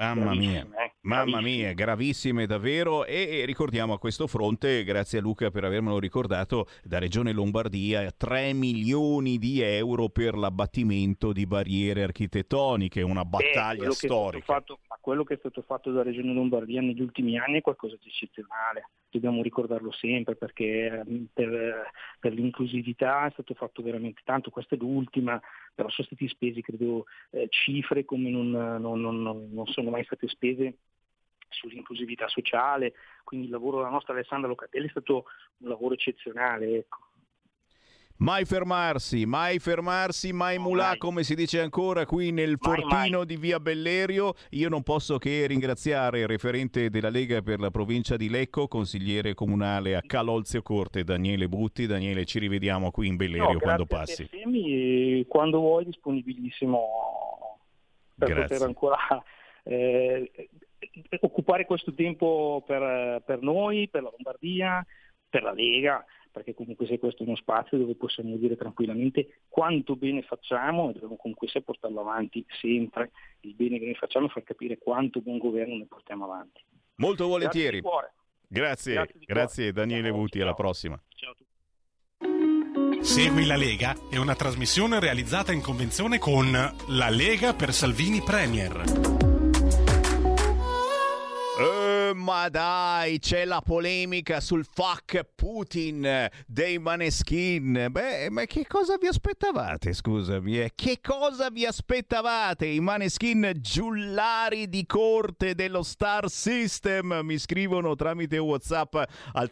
Mamma mia, gravissime davvero. E ricordiamo a questo fronte, grazie a Luca per avermelo ricordato, da Regione Lombardia 3 milioni di euro per l'abbattimento di barriere architettoniche, una battaglia storica. Quello che è stato fatto da Regione Lombardia negli ultimi anni è qualcosa di eccezionale, dobbiamo ricordarlo sempre, perché per l'inclusività è stato fatto veramente tanto. Questa è l'ultima, però sono stati spesi credo cifre come non sono mai state spese sull'inclusività sociale, quindi il lavoro della nostra Alessandra Locatelli è stato un lavoro eccezionale, ecco. Mai fermarsi, mai mulà, come si dice ancora qui nel fortino di via Bellerio. Io non posso che ringraziare il referente della Lega per la provincia di Lecco, consigliere comunale a Calolzio Corte, Daniele Butti. Daniele, ci rivediamo qui in Bellerio quando passi. Grazie, quando vuoi, disponibilissimo per poter ancora occupare questo tempo per noi, per la Lombardia, per la Lega, perché comunque se questo è uno spazio dove possiamo dire tranquillamente quanto bene facciamo e dobbiamo comunque portarlo avanti sempre. Il bene che noi facciamo è far capire quanto buon governo ne portiamo avanti. Molto volentieri. Grazie Daniele Butti, alla prossima. Ciao a tutti. Segui la Lega è una trasmissione realizzata in convenzione con La Lega per Salvini Premier. Ma dai, c'è la polemica sul fuck Putin dei Maneskin. Ma che cosa vi aspettavate, scusami? Che cosa vi aspettavate? I Maneskin giullari di corte dello Star System mi scrivono tramite WhatsApp al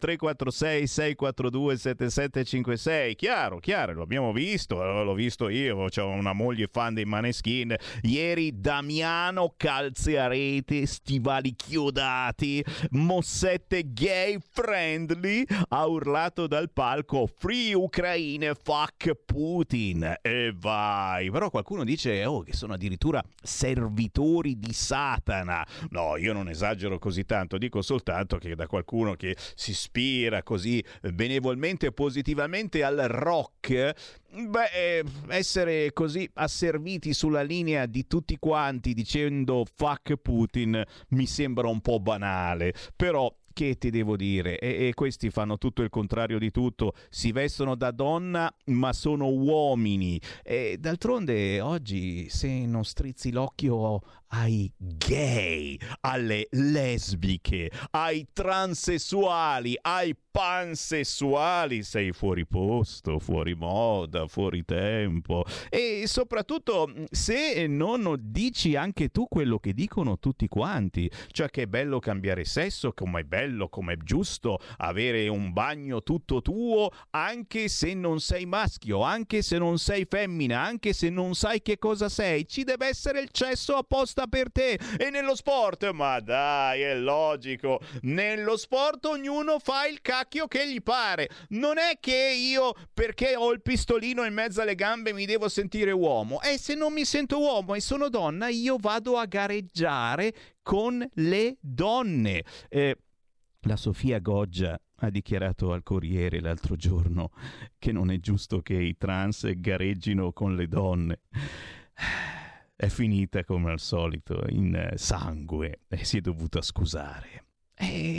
346-642-7756. Chiaro, lo abbiamo visto, l'ho visto io, ho una moglie fan dei Maneskin. Ieri Damiano calze a rete, stivali chiodati, mossette gay friendly, ha urlato dal palco Free Ukraine, fuck Putin. E vai, però qualcuno dice che sono addirittura servitori di Satana. No, io non esagero così tanto, dico soltanto che da qualcuno che si ispira così benevolmente e positivamente al rock, essere così asserviti sulla linea di tutti quanti dicendo fuck Putin mi sembra un po' banale, però che ti devo dire? E questi fanno tutto il contrario di tutto, si vestono da donna ma sono uomini. E d'altronde oggi se non strizzi l'occhio ai gay, alle lesbiche, ai transessuali, ai pansessuali, sei fuori posto, fuori moda, fuori tempo. E soprattutto se non dici anche tu quello che dicono tutti quanti, cioè che è bello cambiare sesso, come è bello, come è giusto avere un bagno tutto tuo, anche se non sei maschio, anche se non sei femmina, anche se non sai che cosa sei, ci deve essere il cesso apposta per te. E nello sport, ma dai, è logico, nello sport ognuno fa il cacchio che gli pare. Non è che io, perché ho il pistolino in mezzo alle gambe, mi devo sentire uomo. E se non mi sento uomo e sono donna, io vado a gareggiare con le donne. La Sofia Goggia ha dichiarato al Corriere l'altro giorno che non è giusto che i trans gareggino con le donne. È finita come al solito in sangue e si è dovuta scusare.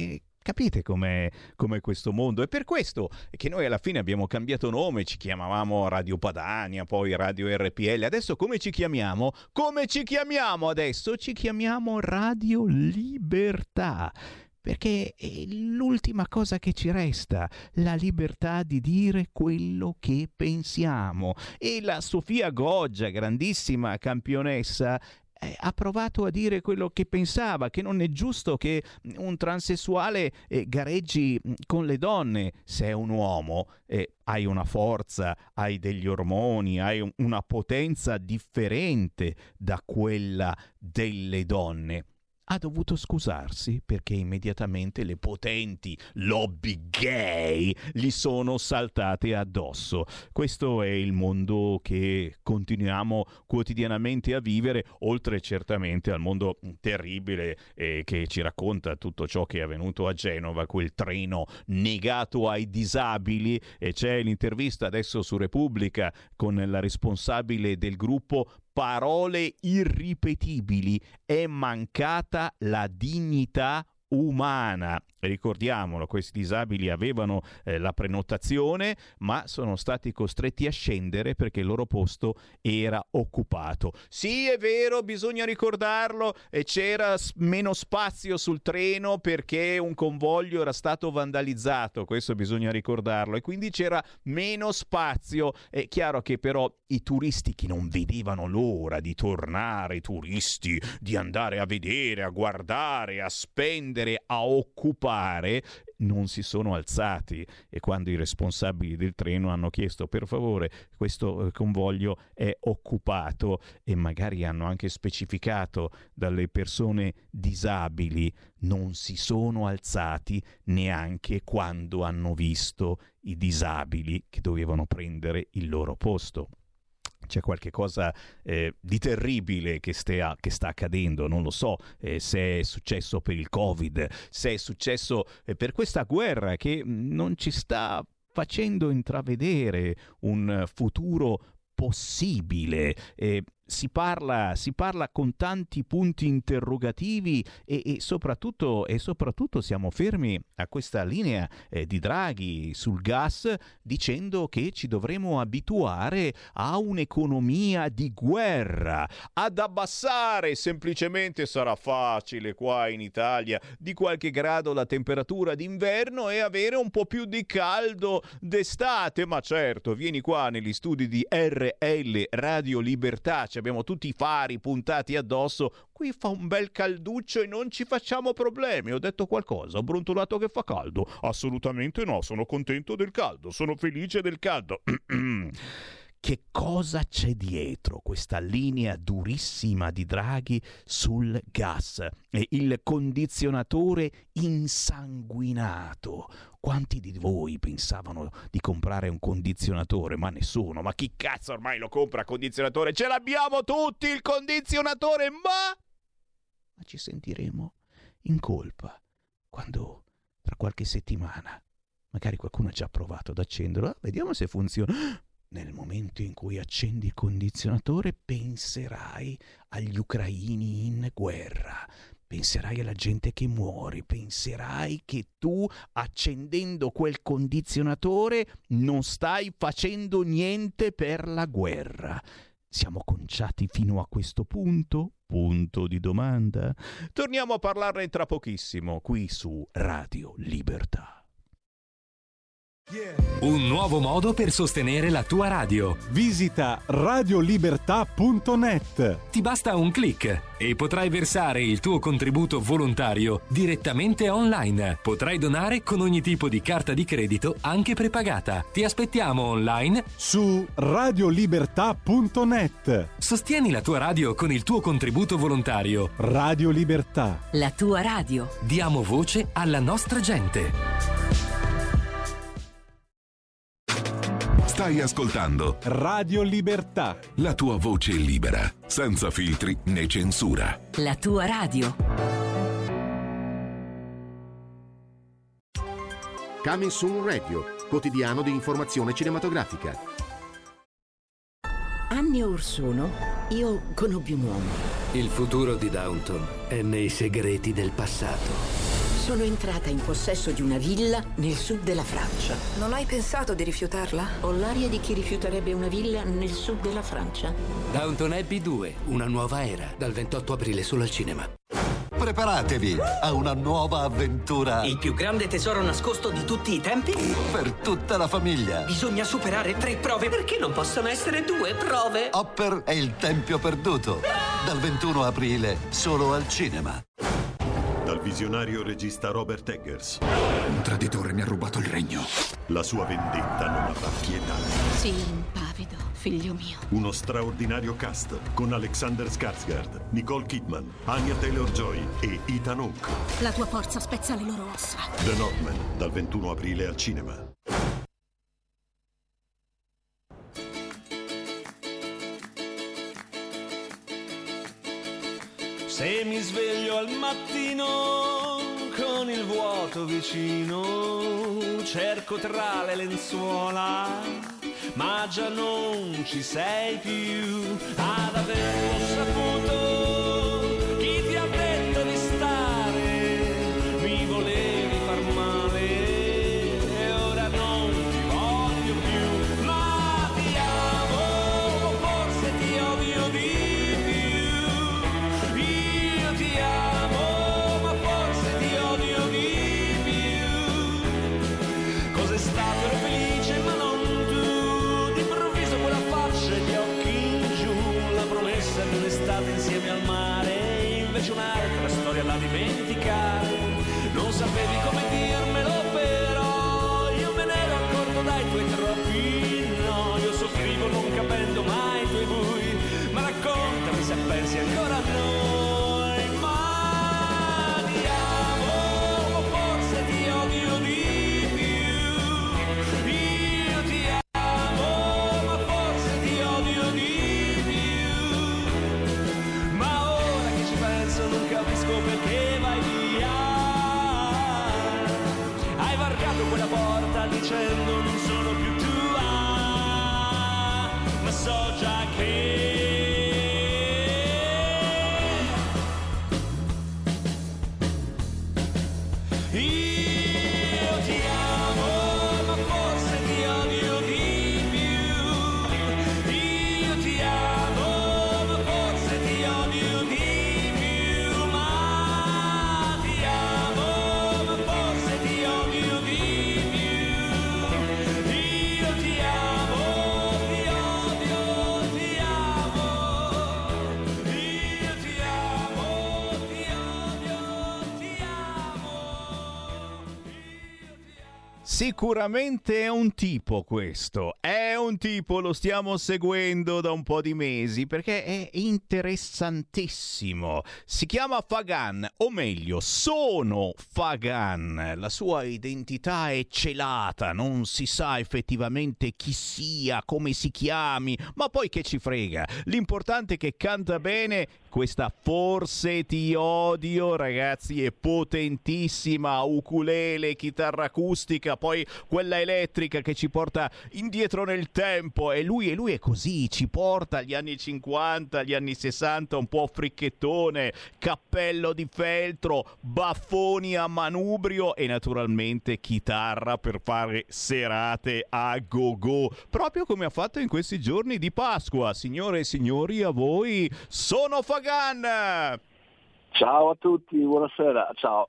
Capite com'è questo mondo? È per questo che noi alla fine abbiamo cambiato nome, ci chiamavamo Radio Padania, poi Radio RPL. Adesso come ci chiamiamo? Come ci chiamiamo adesso? Ci chiamiamo Radio Libertà. Perché è l'ultima cosa che ci resta, la libertà di dire quello che pensiamo. E la Sofia Goggia, grandissima campionessa, ha provato a dire quello che pensava, che non è giusto che un transessuale gareggi con le donne. Se è un uomo, hai una forza, hai degli ormoni, hai una potenza differente da quella delle donne. Ha dovuto scusarsi perché immediatamente le potenti lobby gay gli sono saltate addosso. Questo è il mondo che continuiamo quotidianamente a vivere, oltre certamente al mondo terribile che ci racconta tutto ciò che è avvenuto a Genova, quel treno negato ai disabili. E c'è l'intervista adesso su Repubblica con la responsabile del gruppo. Parole irripetibili, è mancata la dignità umana. Ricordiamolo, questi disabili avevano la prenotazione, ma sono stati costretti a scendere perché il loro posto era occupato. Sì, è vero, bisogna ricordarlo, c'era meno spazio sul treno perché un convoglio era stato vandalizzato, questo bisogna ricordarlo, e quindi c'era meno spazio. È chiaro che però i turisti che non vedevano l'ora di tornare, i turisti di andare a vedere, a guardare, a spendere, a occupare, non si sono alzati, e quando i responsabili del treno hanno chiesto per favore questo convoglio è occupato, e magari hanno anche specificato dalle persone disabili, non si sono alzati neanche quando hanno visto i disabili che dovevano prendere il loro posto. C'è qualche cosa di terribile che sta accadendo, non lo so se è successo per il Covid, se è successo per questa guerra che non ci sta facendo intravedere un futuro possibile. Si parla con tanti punti interrogativi e soprattutto siamo fermi a questa linea di Draghi sul gas, dicendo che ci dovremo abituare a un'economia di guerra, ad abbassare semplicemente, sarà facile qua in Italia, di qualche grado la temperatura d'inverno e avere un po' più di caldo d'estate. Ma certo, vieni qua negli studi di RL Radio Libertà, abbiamo tutti i fari puntati addosso, qui fa un bel calduccio e non ci facciamo problemi. Ho detto qualcosa? Ho brontolato che fa caldo? Assolutamente no, sono contento del caldo, sono felice del caldo. Che cosa c'è dietro questa linea durissima di Draghi sul gas? Il condizionatore insanguinato. Quanti di voi pensavano di comprare un condizionatore? Ma nessuno. Ma chi cazzo ormai lo compra condizionatore? Ce l'abbiamo tutti il condizionatore, ma ci sentiremo in colpa quando tra qualche settimana magari qualcuno ha già provato ad accenderlo. Vediamo se funziona. Nel momento in cui accendi il condizionatore penserai agli ucraini in guerra, penserai alla gente che muore, penserai che tu, accendendo quel condizionatore, non stai facendo niente per la guerra. Siamo conciati fino a questo punto? Punto di domanda. Torniamo a parlarne tra pochissimo qui su Radio Libertà. Un nuovo modo per sostenere la tua radio. Visita radiolibertà.net. Ti basta un click e potrai versare il tuo contributo volontario direttamente online. Potrai donare con ogni tipo di carta di credito, anche prepagata. Ti aspettiamo online su radiolibertà.net. Sostieni la tua radio con il tuo contributo volontario. Radio Libertà. La tua radio. Diamo voce alla nostra gente. Stai ascoltando Radio Libertà, la tua voce libera, senza filtri né censura. La tua radio. Coming Soon Radio, quotidiano di informazione cinematografica. Anni or sono, io conobbi un uomo. Il futuro di Downton è nei segreti del passato. Sono entrata in possesso di una villa nel sud della Francia. Non hai pensato di rifiutarla? Ho l'aria di chi rifiuterebbe una villa nel sud della Francia. Downton Abbey 2, una nuova era, dal 28 aprile solo al cinema. Preparatevi a una nuova avventura. Il più grande tesoro nascosto di tutti i tempi? Per tutta la famiglia. Bisogna superare 3 prove. Perché non possono essere 2 prove? Hopper e il Tempio Perduto. Dal 21 aprile solo al cinema. Dal visionario regista Robert Eggers. Un traditore mi ha rubato il regno. La sua vendetta non avrà pietà. Sii impavido, figlio mio. Uno straordinario cast con Alexander Skarsgård, Nicole Kidman, Anya Taylor-Joy e Ethan Hawke. La tua forza spezza le loro ossa. The Northman, dal 21 aprile al cinema. Se mi sveglio al mattino con il vuoto vicino, cerco tra le lenzuola, ma già non ci sei più ad averlo saputo. Chi ti ha detto di stare? Mi volevi far male e ora non ti voglio più, ma ti amo, forse ti odio di ti amo, ma forse ti odio di più. Cos'è stato? Ero felice ma non tu. D'improvviso quella faccia e gli occhi in giù, la promessa di un'estate insieme al mare, invece un'altra storia da dimenticare. Non sapevi come dirmelo però io me ne ero accorto dai tuoi troppi no. Io soffrivo non capendo mai i tuoi bui, ma raccontami se pensi ancora a noi. Quella porta dicendo non sono più tua, ma so già che io ti amo, ma forse ti odio di più. Io ti amo, ma forse ti odio di più, ma ti amo, ma forse ti odio di più. Sicuramente è un tipo questo, è un tipo, lo stiamo seguendo da un po' di mesi perché è interessantissimo. Si chiama Fagan, o meglio, sono Fagan. La sua identità è celata, non si sa effettivamente chi sia, come si chiami, ma poi che ci frega. L'importante è che canta bene. Questa Forse ti odio, ragazzi, è potentissima, ukulele, chitarra acustica, poi quella elettrica che ci porta indietro nel tempo, e lui è così, ci porta agli anni 50, agli anni 60, un po' fricchettone, cappello di feltro, baffoni a manubrio e naturalmente chitarra per fare serate a go-go, proprio come ha fatto in questi giorni di Pasqua. Signore e signori, a voi Sono Fagan. Ciao a tutti, buonasera, ciao.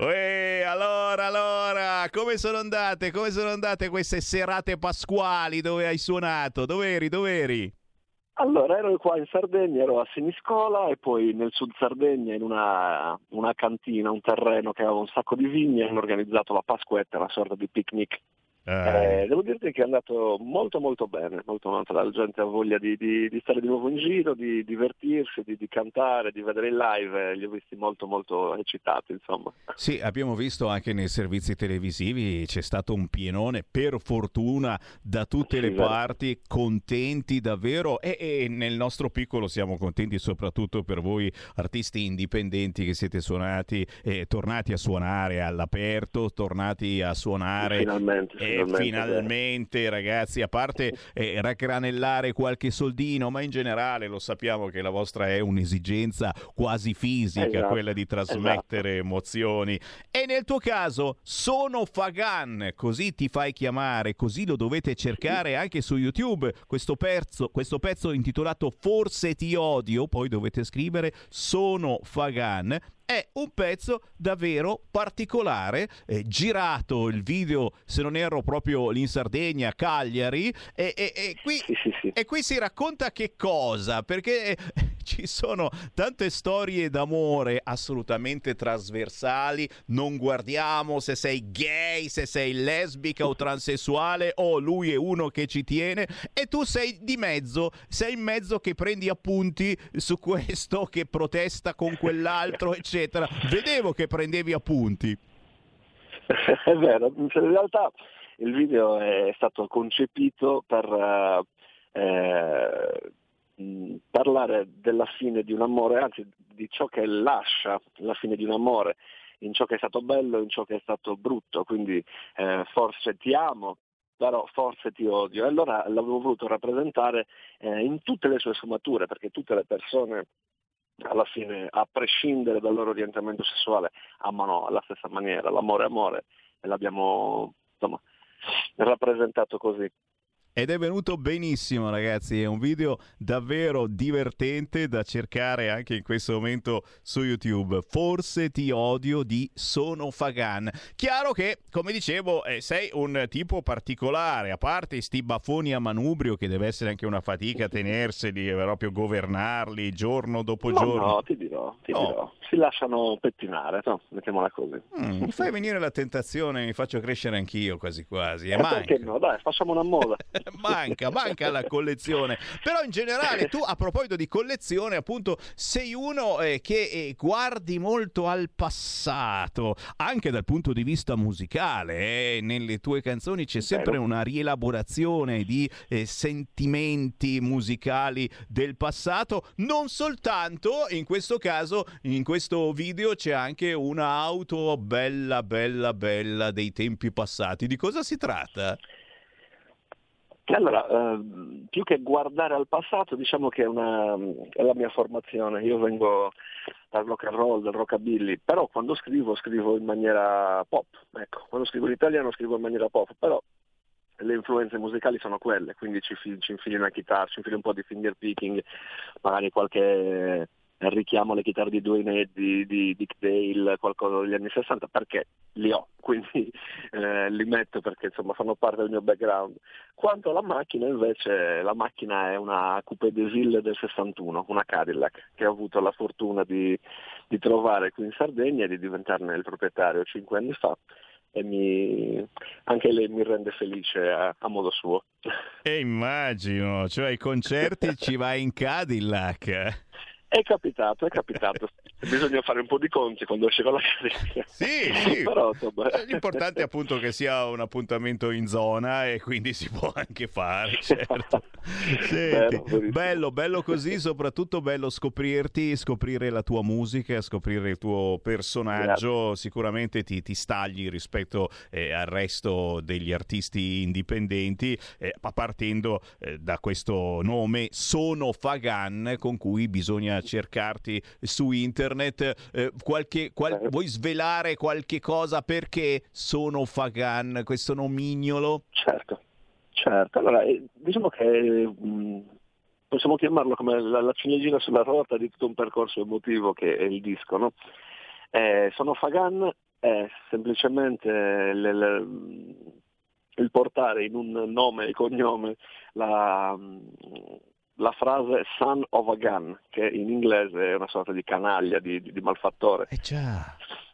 Allora, come sono andate queste serate pasquali dove hai suonato? Dov'eri? Allora, ero qua in Sardegna, ero a Siniscola e poi nel sud Sardegna in una cantina, un terreno che aveva un sacco di vigne, hanno organizzato la Pasquetta, una sorta di picnic. Devo dirti che è andato molto molto bene, la gente ha voglia di stare di nuovo in giro, di divertirsi, di cantare, di vedere il live, li ho visti molto molto eccitati, insomma. Sì, abbiamo visto anche nei servizi televisivi, c'è stato un pienone, per fortuna, da tutte le parti, contenti davvero, e nel nostro piccolo siamo contenti soprattutto per voi artisti indipendenti che siete tornati a suonare all'aperto, tornati a suonare. Finalmente, sì. finalmente ragazzi, a parte raggranellare qualche soldino, ma in generale lo sappiamo che la vostra è un'esigenza quasi fisica, quella di trasmettere emozioni. E nel tuo caso Sono Fagan, così ti fai chiamare, così lo dovete cercare anche su YouTube, questo pezzo intitolato Forse ti odio, poi dovete scrivere Sono Fagan. È un pezzo davvero particolare, girato il video, se non erro, proprio lì in Sardegna, Cagliari, e qui si racconta che cosa? Perché ci sono tante storie d'amore assolutamente trasversali, non guardiamo se sei gay, se sei lesbica o transessuale, o lui è uno che ci tiene, e tu sei di mezzo, sei in mezzo che prendi appunti su questo, che protesta con quell'altro, eccetera. Vedevo che prendevi appunti. È vero, in realtà il video è stato concepito per parlare della fine di un amore, anzi di ciò che lascia la fine di un amore, in ciò che è stato bello, in ciò che è stato brutto, quindi forse ti amo, però forse ti odio. E allora l'avevo voluto rappresentare in tutte le sue sfumature, perché tutte le persone alla fine, a prescindere dal loro orientamento sessuale, amano alla stessa maniera, l'amore è amore, e l'abbiamo rappresentato così. Ed è venuto benissimo, ragazzi, è un video davvero divertente da cercare anche in questo momento su YouTube. Forse ti odio di Sono Fagan. Chiaro che, come dicevo, sei un tipo particolare, a parte sti baffoni a manubrio che deve essere anche una fatica tenerseli, proprio governarli giorno dopo giorno. No, ti dirò. Si lasciano pettinare, no? Mettiamola così. Mi fai venire la tentazione, mi faccio crescere anch'io quasi. Perché no? Dai, facciamo una moda. manca la collezione. Però in generale tu, a proposito di collezione, appunto, sei uno che guardi molto al passato, anche dal punto di vista musicale. Nelle tue canzoni c'è sempre una rielaborazione di sentimenti musicali del passato, non soltanto in questo caso, in questo video c'è anche un'auto bella dei tempi passati. Di cosa si tratta? Allora, più che guardare al passato, diciamo che è la mia formazione. Io vengo dal rock and roll, dal rockabilly, però quando scrivo in maniera pop. Ecco, quando scrivo in italiano scrivo in maniera pop, però le influenze musicali sono quelle, quindi ci infili una chitarra, ci infili un po' di finger picking, magari qualche richiamo alle chitarre di Dwayne Eddy, di Dick Dale, qualcosa degli anni 60, perché li ho, quindi li metto perché insomma fanno parte del mio background. Quanto alla macchina, invece, la macchina è una Coupé de Ville del 61, una Cadillac, che ho avuto la fortuna di trovare qui in Sardegna e di diventarne il proprietario 5 anni fa. E anche lei mi rende felice a modo suo. E immagino, cioè ai concerti ci vai in Cadillac. È capitato. Bisogna fare un po' di conti quando esce con la Cadillac. Sì. Però, l'importante è appunto che sia un appuntamento in zona e quindi si può anche fare, certo. Senti, bello così, soprattutto bello scoprirti, scoprire la tua musica, scoprire il tuo personaggio. Grazie. Sicuramente ti stagli rispetto al resto degli artisti indipendenti, partendo da questo nome Sono Fagan, con cui bisogna cercarti su internet. Vuoi svelare qualche cosa perché Sono Fagan, questo nomignolo? Certo. Allora, diciamo che possiamo chiamarlo come la ciliegina sulla torta di tutto un percorso emotivo che è il disco, no? Sono Fagan è semplicemente il portare in un nome e cognome la frase son of a gun, che in inglese è una sorta di canaglia, di malfattore. Già.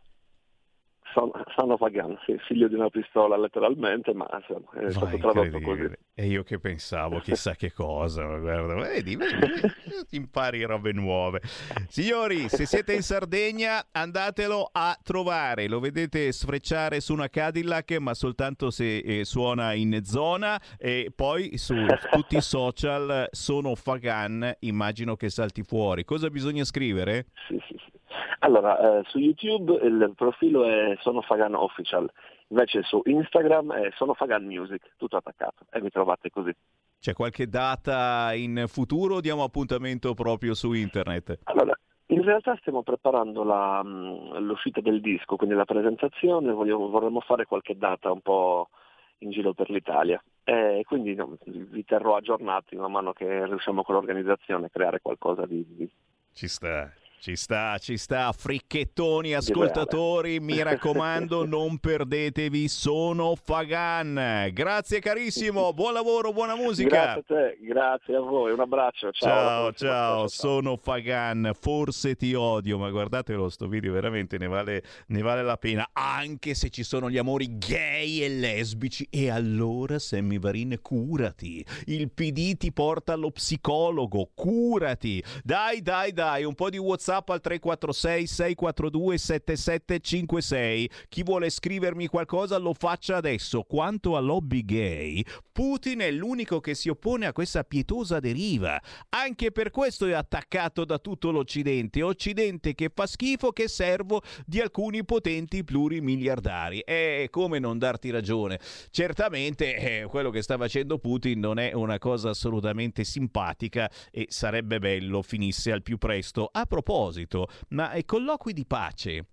Son of a gun, sì, figlio di una pistola letteralmente, ma insomma, è stato tradotto così. E io che pensavo chissà che cosa, guarda, vedi, impari robe nuove. Signori, se siete in Sardegna andatelo a trovare, lo vedete sfrecciare su una Cadillac, ma soltanto se suona in zona, e poi su tutti i social Sono Fagan, immagino che salti fuori. Cosa bisogna scrivere? Sì. Allora, su YouTube il profilo è Sono Fagan Official, Invece su Instagram sono Fagan Music, tutto attaccato, e mi trovate così. C'è qualche data in futuro o diamo appuntamento proprio su internet? Allora, in realtà stiamo preparando l'uscita del disco, quindi la presentazione, vorremmo fare qualche data un po' in giro per l'Italia. Quindi vi terrò aggiornati man mano che riusciamo con l'organizzazione a creare qualcosa di... Ci sta, fricchettoni ascoltatori, mi raccomando, non perdetevi Sono Fagan. Grazie carissimo, buon lavoro, buona musica. Grazie a te, grazie a voi, un abbraccio, ciao. Sono Fagan, forse ti odio, ma guardatelo sto video, veramente ne vale la pena, anche se ci sono gli amori gay e lesbici. E allora, Sammy Varin, curati, il PD ti porta allo psicologo, curati, dai, un po' di WhatsApp al 346 642 7756. Chi vuole scrivermi qualcosa lo faccia adesso. Quanto a lobby gay, Putin è l'unico che si oppone a questa pietosa deriva. Anche per questo è attaccato da tutto l'Occidente che fa schifo, che servo di alcuni potenti plurimiliardari. E come non darti ragione? Certamente quello che sta facendo Putin non è una cosa assolutamente simpatica e sarebbe bello finisse al più presto. A proposito, ma ai colloqui di pace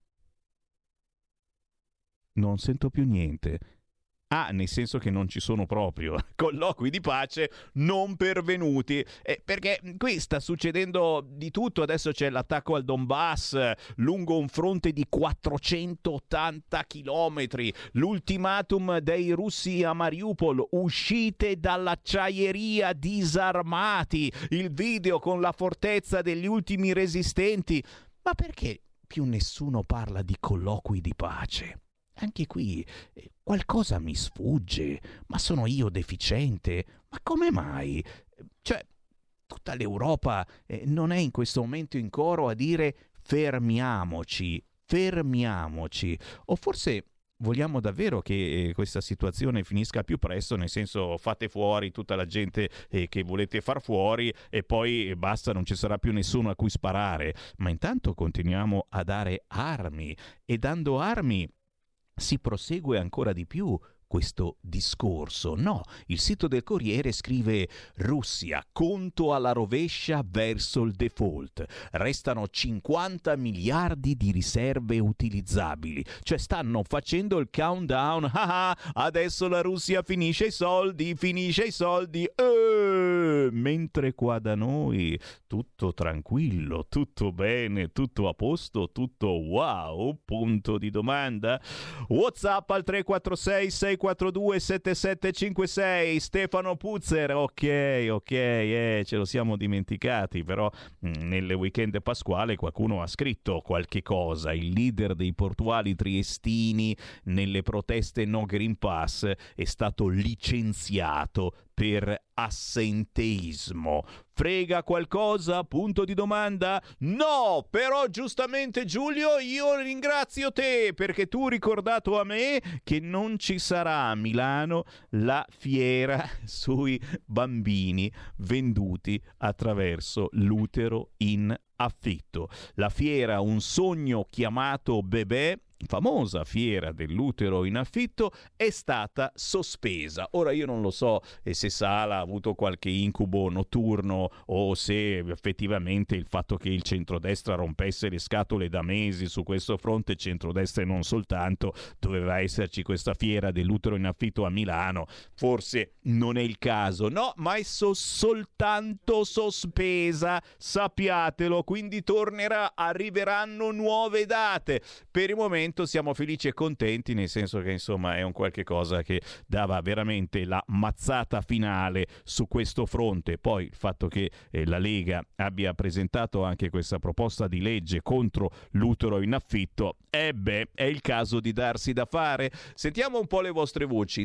non sento più niente. Nel senso che non ci sono proprio colloqui di pace non pervenuti, perché qui sta succedendo di tutto. Adesso c'è l'attacco al Donbass lungo un fronte di 480 chilometri, l'ultimatum dei russi a Mariupol: uscite dall'acciaieria disarmati, il video con la fortezza degli ultimi resistenti. Ma perché più nessuno parla di colloqui di pace? Anche qui qualcosa mi sfugge, ma sono io deficiente? Ma come mai? Cioè, tutta l'Europa non è in questo momento in coro a dire fermiamoci, o forse vogliamo davvero che questa situazione finisca più presto, nel senso fate fuori tutta la gente che volete far fuori e poi basta, non ci sarà più nessuno a cui sparare. Ma intanto continuiamo a dare armi, e dando armi si prosegue ancora di più questo discorso. No, il sito del Corriere scrive: Russia, conto alla rovescia verso il default. Restano 50 miliardi di riserve utilizzabili. Cioè stanno facendo il countdown. Adesso la Russia finisce i soldi. Mentre qua da noi tutto tranquillo, tutto bene, tutto a posto, tutto wow, punto di domanda. WhatsApp al 346 642 7756. Stefano Puzzer, ok, ce lo siamo dimenticati, però nel weekend pasquale qualcuno ha scritto qualche cosa. Il leader dei portuali triestini nelle proteste no Green Pass è stato licenziato per assenteismo. Frega qualcosa? Punto di domanda? No, però giustamente Giulio, io ringrazio te perché tu hai ricordato a me che non ci sarà a Milano la fiera sui bambini venduti attraverso l'utero in affitto. La fiera Un Sogno chiamato Bebè, famosa fiera dell'utero in affitto, è stata sospesa. Ora io non lo so se Sala ha avuto qualche incubo notturno o se effettivamente il fatto che il centrodestra rompesse le scatole da mesi su questo fronte, centrodestra e non soltanto, doveva esserci questa fiera dell'utero in affitto a Milano. Forse non è il caso, no, ma è soltanto sospesa, sappiatelo, quindi arriveranno nuove date. Per il momento siamo felici e contenti, nel senso che insomma è un qualche cosa che dava veramente la mazzata finale su questo fronte. Poi il fatto che la Lega abbia presentato anche questa proposta di legge contro l'utero in affitto, è il caso di darsi da fare. Sentiamo un po' le vostre voci.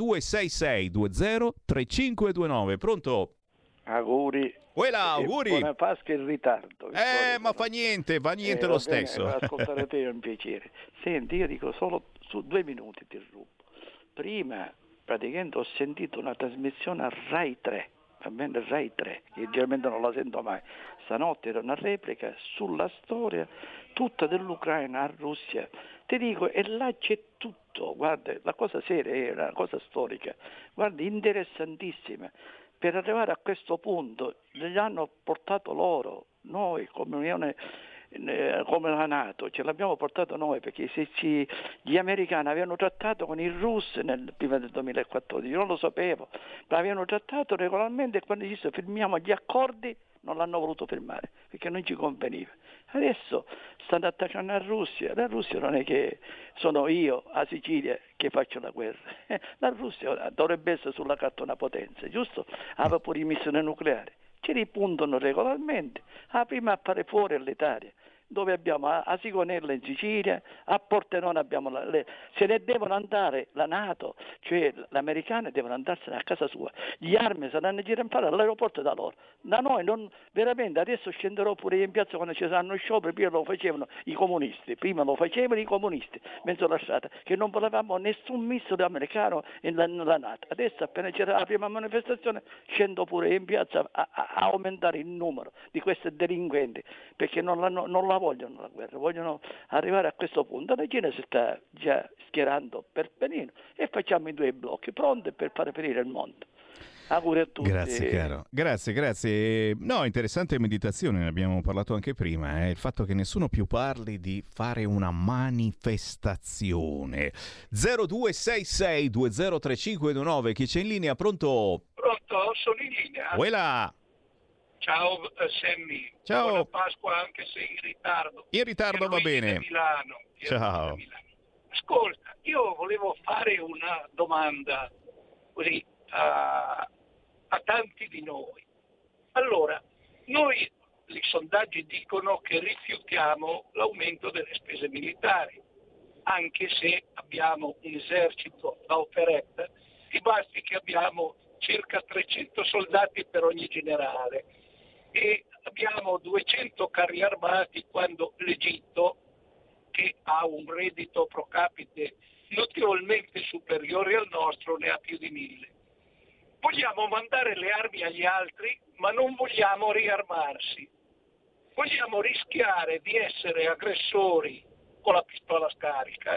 0266203529. Pronto? Auguri. Auguri. Buona Pasqua in ritardo. Ma fa niente lo stesso. Ascoltare te è un piacere. Senti, io dico solo su 2 minuti ti rubo. Prima praticamente ho sentito una trasmissione a Rai 3, va bene, Rai 3, che generalmente non la sento mai. Stanotte era una replica sulla storia tutta dell'Ucraina a Russia. Ti dico, e là c'è tutto tutto, guarda, la cosa seria è una cosa storica, guarda, interessantissima. Per arrivare a questo punto li hanno portato loro, noi come Unione, come la NATO, ce l'abbiamo portato noi, perché gli americani avevano trattato con i russi prima del 2014, io non lo sapevo, ma avevano trattato regolarmente e quando firmiamo gli accordi non l'hanno voluto firmare perché non ci conveniva. Adesso stanno attaccando la Russia non è che sono io a Sicilia che faccio la guerra, la Russia dovrebbe essere sulla carta una potenza, giusto? Aveva pure i missili nucleari, ci ripuntano regolarmente, prima a fare fuori all'Italia, dove abbiamo a Sigonella in Sicilia, a Pordenone abbiamo se ne devono andare la NATO, cioè gli americani devono andarsene a casa sua, gli armi saranno girare all'aeroporto da loro, da noi non, veramente adesso scenderò pure in piazza quando ci saranno scioperi, prima lo facevano i comunisti, mezzo la strada, che non volevamo nessun missile americano nella NATO, adesso appena c'era la prima manifestazione scendo pure in piazza a aumentare il numero di questi delinquenti, perché non la vogliono la guerra, vogliono arrivare a questo punto. La Cina si sta già schierando per benino e facciamo i 2 blocchi pronti per fare finire il mondo. Auguri a tutti. Grazie caro, grazie. No, interessante meditazione, ne abbiamo parlato anche prima, il fatto che nessuno più parli di fare una manifestazione. 0266203529, chi c'è in linea? Pronto? Pronto, sono in linea. Uela. Ciao Sammy, ciao. Buona Pasqua anche se in ritardo. In ritardo va bene. Milano. Ciao. Ascolta, io volevo fare una domanda così a tanti di noi. Allora, noi i sondaggi dicono che rifiutiamo l'aumento delle spese militari, anche se abbiamo un esercito da operetta, ti basti che abbiamo circa 300 soldati per ogni generale e abbiamo 200 carri armati quando l'Egitto, che ha un reddito pro capite notevolmente superiore al nostro, ne ha più di 1000. Vogliamo mandare le armi agli altri, ma non vogliamo riarmarsi. Vogliamo rischiare di essere aggressori con la pistola scarica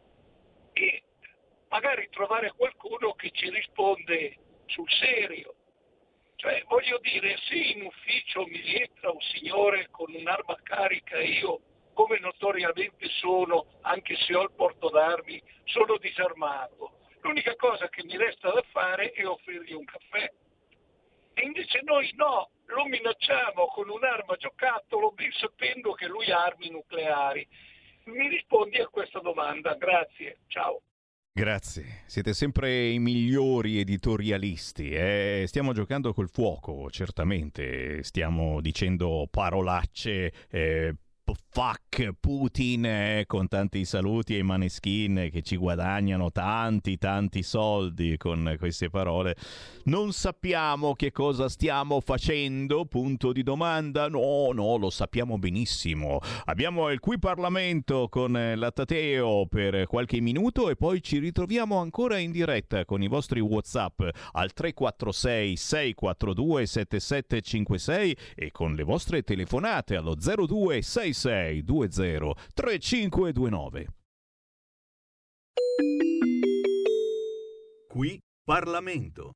e magari trovare qualcuno che ci risponde sul serio. Cioè, voglio dire, se in ufficio mi entra un signore con un'arma carica e io, come notoriamente sono, anche se ho il porto d'armi, sono disarmato, l'unica cosa che mi resta da fare è offrirgli un caffè. E invece noi no, lo minacciamo con un'arma giocattolo ben sapendo che lui ha armi nucleari. Mi rispondi a questa domanda? Grazie, ciao. Grazie, siete sempre i migliori editorialisti. Stiamo giocando col fuoco, certamente, stiamo dicendo parolacce, fuck Putin, con tanti saluti ai Maneskin che ci guadagnano tanti soldi con queste parole. Non sappiamo che cosa stiamo facendo, punto di domanda. No, lo sappiamo benissimo. Abbiamo il Qui Parlamento con la Tateo per qualche minuto e poi ci ritroviamo ancora in diretta con i vostri WhatsApp al 346 642 7756 e con le vostre telefonate allo 0266 20 3529. Qui Parlamento.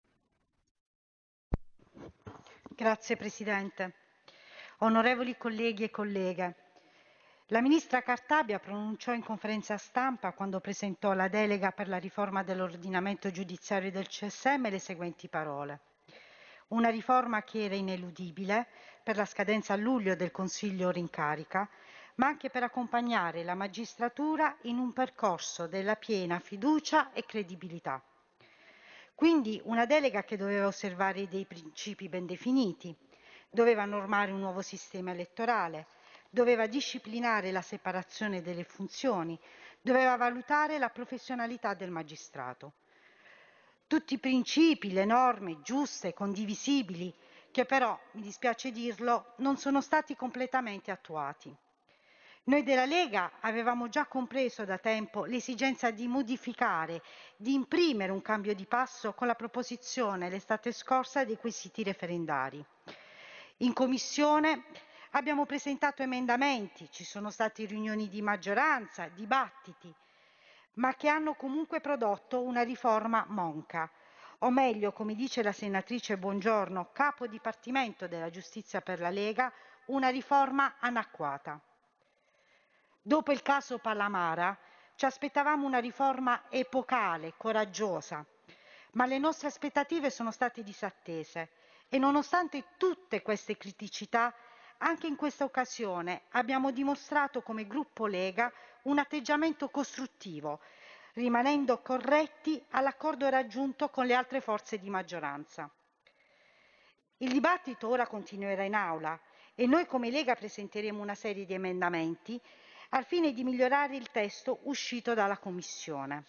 Grazie Presidente. Onorevoli colleghi e colleghe, la ministra Cartabia pronunciò in conferenza stampa, quando presentò la delega per la riforma dell'ordinamento giudiziario del CSM, le seguenti parole. Una riforma che era ineludibile per la scadenza a luglio del Consiglio ora in carica, ma anche per accompagnare la magistratura in un percorso della piena fiducia e credibilità. Quindi una delega che doveva osservare dei principi ben definiti, doveva normare un nuovo sistema elettorale, doveva disciplinare la separazione delle funzioni, doveva valutare la professionalità del magistrato. Tutti i principi, le norme giuste, condivisibili, che però, mi dispiace dirlo, non sono stati completamente attuati. Noi della Lega avevamo già compreso da tempo l'esigenza di modificare, di imprimere un cambio di passo con la proposizione l'estate scorsa dei quesiti referendari. In Commissione abbiamo presentato emendamenti, ci sono state riunioni di maggioranza, dibattiti, ma che hanno comunque prodotto una riforma monca, o meglio, come dice la senatrice Bongiorno, capo dipartimento della giustizia per la Lega, una riforma anacquata. Dopo il caso Palamara ci aspettavamo una riforma epocale, coraggiosa, ma le nostre aspettative sono state disattese e nonostante tutte queste criticità, anche in questa occasione abbiamo dimostrato come gruppo Lega un atteggiamento costruttivo, rimanendo corretti all'accordo raggiunto con le altre forze di maggioranza. Il dibattito ora continuerà in aula e noi come Lega presenteremo una serie di emendamenti al fine di migliorare il testo uscito dalla Commissione.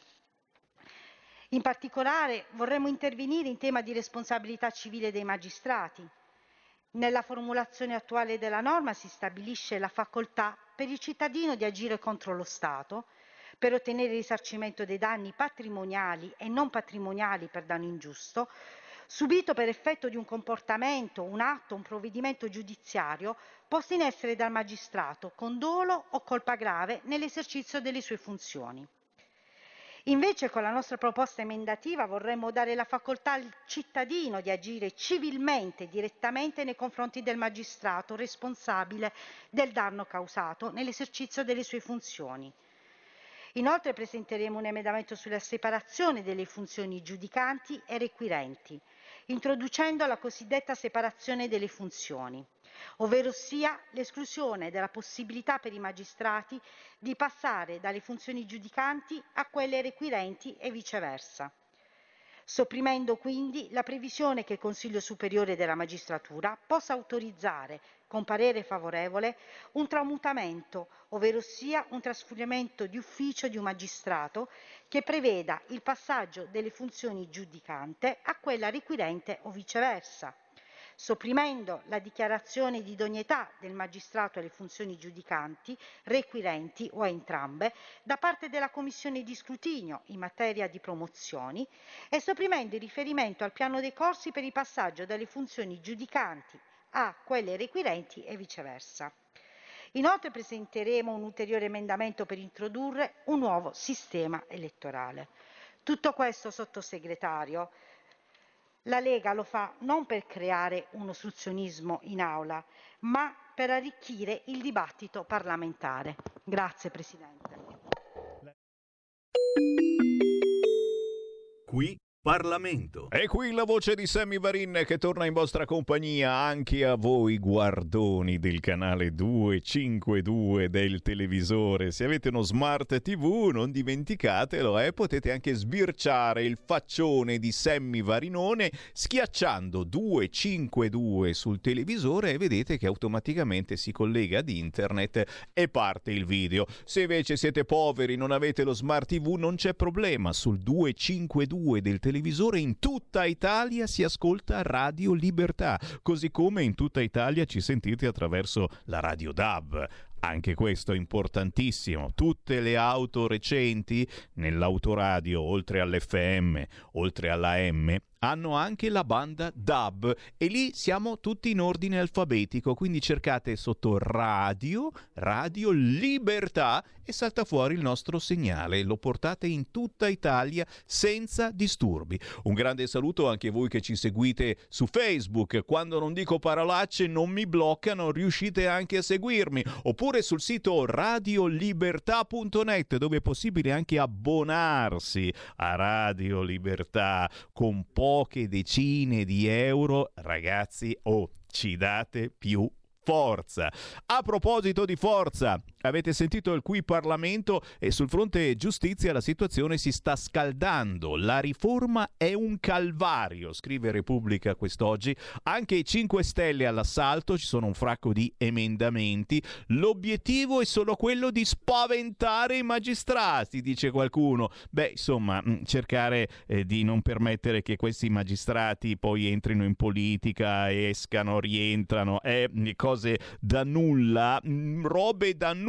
In particolare vorremmo intervenire in tema di responsabilità civile dei magistrati. Nella formulazione attuale della norma si stabilisce la facoltà per il cittadino di agire contro lo Stato per ottenere il risarcimento dei danni patrimoniali e non patrimoniali per danno ingiusto, subito per effetto di un comportamento, un atto, un provvedimento giudiziario posto in essere dal magistrato con dolo o colpa grave nell'esercizio delle sue funzioni. Invece con la nostra proposta emendativa vorremmo dare la facoltà al cittadino di agire civilmente, direttamente nei confronti del magistrato responsabile del danno causato nell'esercizio delle sue funzioni. Inoltre presenteremo un emendamento sulla separazione delle funzioni giudicanti e requirenti, introducendo la cosiddetta separazione delle funzioni, ovverosia l'esclusione della possibilità per i magistrati di passare dalle funzioni giudicanti a quelle requirenti e viceversa, sopprimendo quindi la previsione che il Consiglio Superiore della Magistratura possa autorizzare, con parere favorevole, un tramutamento, ovverosia un trasferimento di ufficio di un magistrato che preveda il passaggio delle funzioni giudicante a quella requirente o viceversa, sopprimendo la dichiarazione di idoneità del magistrato alle funzioni giudicanti, requirenti o a entrambe da parte della Commissione di scrutinio in materia di promozioni e sopprimendo il riferimento al piano dei corsi per il passaggio dalle funzioni giudicanti a quelle requirenti e viceversa. Inoltre presenteremo un ulteriore emendamento per introdurre un nuovo sistema elettorale. Tutto questo, sottosegretario, la Lega lo fa non per creare un ostruzionismo in aula, ma per arricchire il dibattito parlamentare. Grazie Presidente. Qui Parlamento. E qui la voce di Sammy Varin che torna in vostra compagnia, anche a voi guardoni del canale 252 del televisore. Se avete uno smart TV non dimenticatelo, potete anche sbirciare il faccione di Sammy Varinone schiacciando 252 sul televisore e vedete che automaticamente si collega ad internet e parte il video. Se invece siete poveri, non avete lo smart TV, non c'è problema, sul 252 del televisore in tutta Italia si ascolta Radio Libertà, così come in tutta Italia ci sentite attraverso la Radio DAB. Anche questo è importantissimo. Tutte le auto recenti nell'autoradio, oltre all'FM, oltre alla AM, hanno anche la banda DAB e lì siamo tutti in ordine alfabetico, quindi cercate sotto Radio Libertà e salta fuori il nostro segnale, lo portate in tutta Italia senza disturbi. Un grande saluto anche a voi che ci seguite su Facebook, quando non dico parolacce non mi bloccano, riuscite anche a seguirmi, oppure sul sito radiolibertà.net dove è possibile anche abbonarsi a Radio Libertà con poche decine di euro, ragazzi, ci date più forza. A proposito di forza, avete sentito il Qui Parlamento e sul fronte giustizia la situazione si sta scaldando. La riforma è un calvario, scrive Repubblica quest'oggi. Anche i 5 Stelle all'assalto, ci sono un fracco di emendamenti. L'obiettivo è solo quello di spaventare i magistrati, dice qualcuno. Insomma, cercare di non permettere che questi magistrati poi entrino in politica, escano, rientrano, cose da nulla, robe da nulla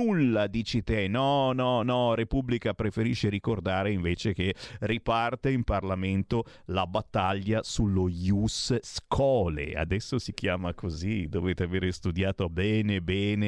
nulla, dici te. No, Repubblica preferisce ricordare invece che riparte in Parlamento la battaglia sullo ius scholae. Adesso si chiama così, dovete avere studiato bene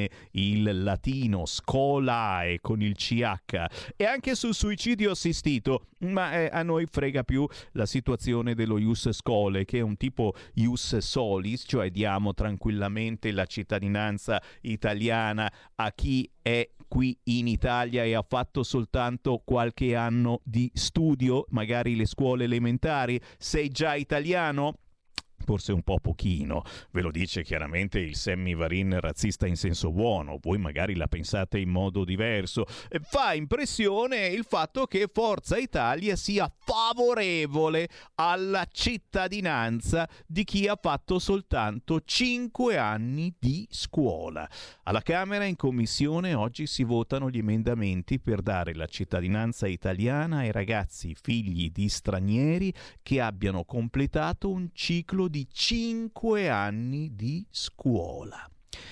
il latino, scholae con il CH, e anche sul suicidio assistito, ma a noi frega più la situazione dello ius scholae, che è un tipo ius solis, cioè diamo tranquillamente la cittadinanza italiana a chi è qui in Italia e ha fatto soltanto qualche anno di studio, magari le scuole elementari. Sei già italiano? Forse un po' pochino, ve lo dice chiaramente il Sammy Varin razzista in senso buono, voi magari la pensate in modo diverso. Fa impressione il fatto che Forza Italia sia favorevole alla cittadinanza di chi ha fatto soltanto 5 anni di scuola. Alla Camera in commissione oggi si votano gli emendamenti per dare la cittadinanza italiana ai ragazzi figli di stranieri che abbiano completato un ciclo di 5 anni di scuola.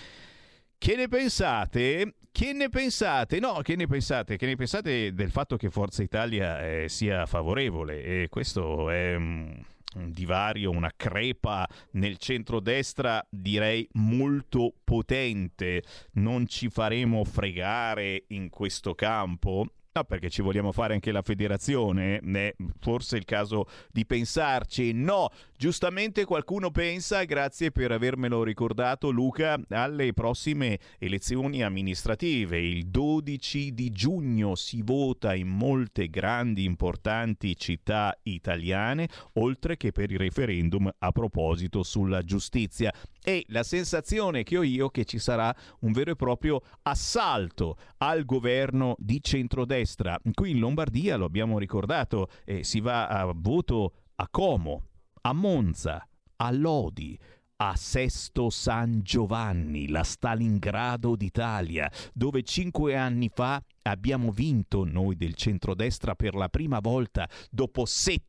Che ne pensate? Che ne pensate? No, che ne pensate? Che ne pensate del fatto che Forza Italia sia favorevole? E questo è un divario, una crepa nel centrodestra, direi molto potente. Non ci faremo fregare in questo campo? No, perché ci vogliamo fare anche la federazione? Forse è il caso di pensarci. No, giustamente qualcuno pensa, grazie per avermelo ricordato Luca, alle prossime elezioni amministrative. Il 12 di giugno si vota in molte grandi, importanti città italiane, oltre che per il referendum a proposito sulla giustizia. E la sensazione che ho io è che ci sarà un vero e proprio assalto al governo di centrodestra. Qui in Lombardia, lo abbiamo ricordato, si va a voto a Como, a Monza, a Lodi, a Sesto San Giovanni, la Stalingrado d'Italia, dove 5 anni fa abbiamo vinto noi del centrodestra per la prima volta. Dopo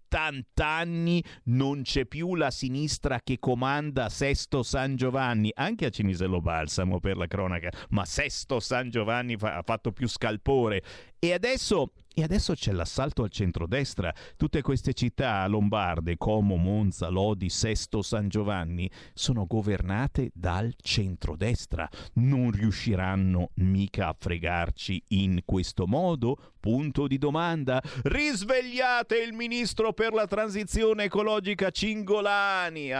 70 anni non c'è più la sinistra che comanda Sesto San Giovanni, anche a Cinisello Balsamo per la cronaca, ma Sesto San Giovanni ha fatto più scalpore. E adesso c'è l'assalto al centrodestra. Tutte queste città lombarde, Como, Monza, Lodi, Sesto San Giovanni, sono governate dal centrodestra. Non riusciranno mica a fregarci in questo modo? Punto di domanda. Risvegliate il ministro per la transizione ecologica Cingolani.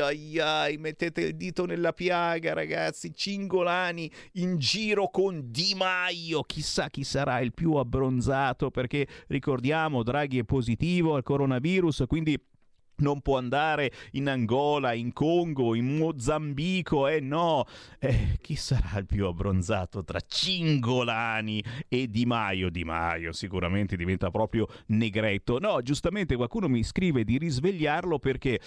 Ai, mettete il dito nella piaga, ragazzi. Cingolani in giro con Di Maio. Chissà chi sarà il più abbronzato, perché ricordiamo Draghi è positivo al coronavirus, quindi non può andare in Angola, in Congo, in Mozambico, no. Chi sarà il più abbronzato tra Cingolani e Di Maio? Di Maio sicuramente diventa proprio negretto. No, giustamente qualcuno mi scrive di risvegliarlo perché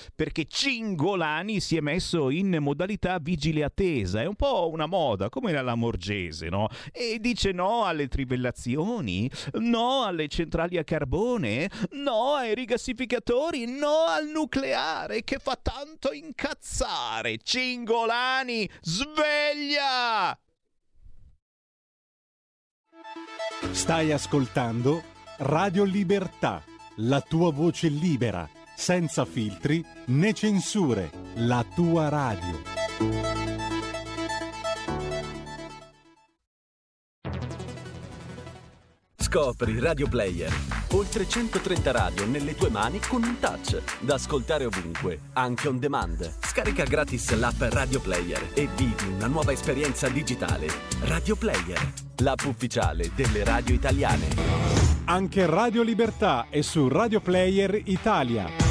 Cingolani si è messo in modalità vigile attesa. È un po' una moda, come la Lamorgese, no? E dice no alle trivellazioni, no alle centrali a carbone, no ai rigassificatori, no al nucleare che fa tanto incazzare. Cingolani, sveglia! Stai ascoltando Radio Libertà, la tua voce libera, senza filtri né censure, la tua radio. Scopri Radio Player. Oltre 130 radio nelle tue mani con un touch. Da ascoltare ovunque, anche on demand. Scarica gratis l'app Radio Player e vivi una nuova esperienza digitale. Radio Player, l'app ufficiale delle radio italiane. Anche Radio Libertà è su Radio Player Italia.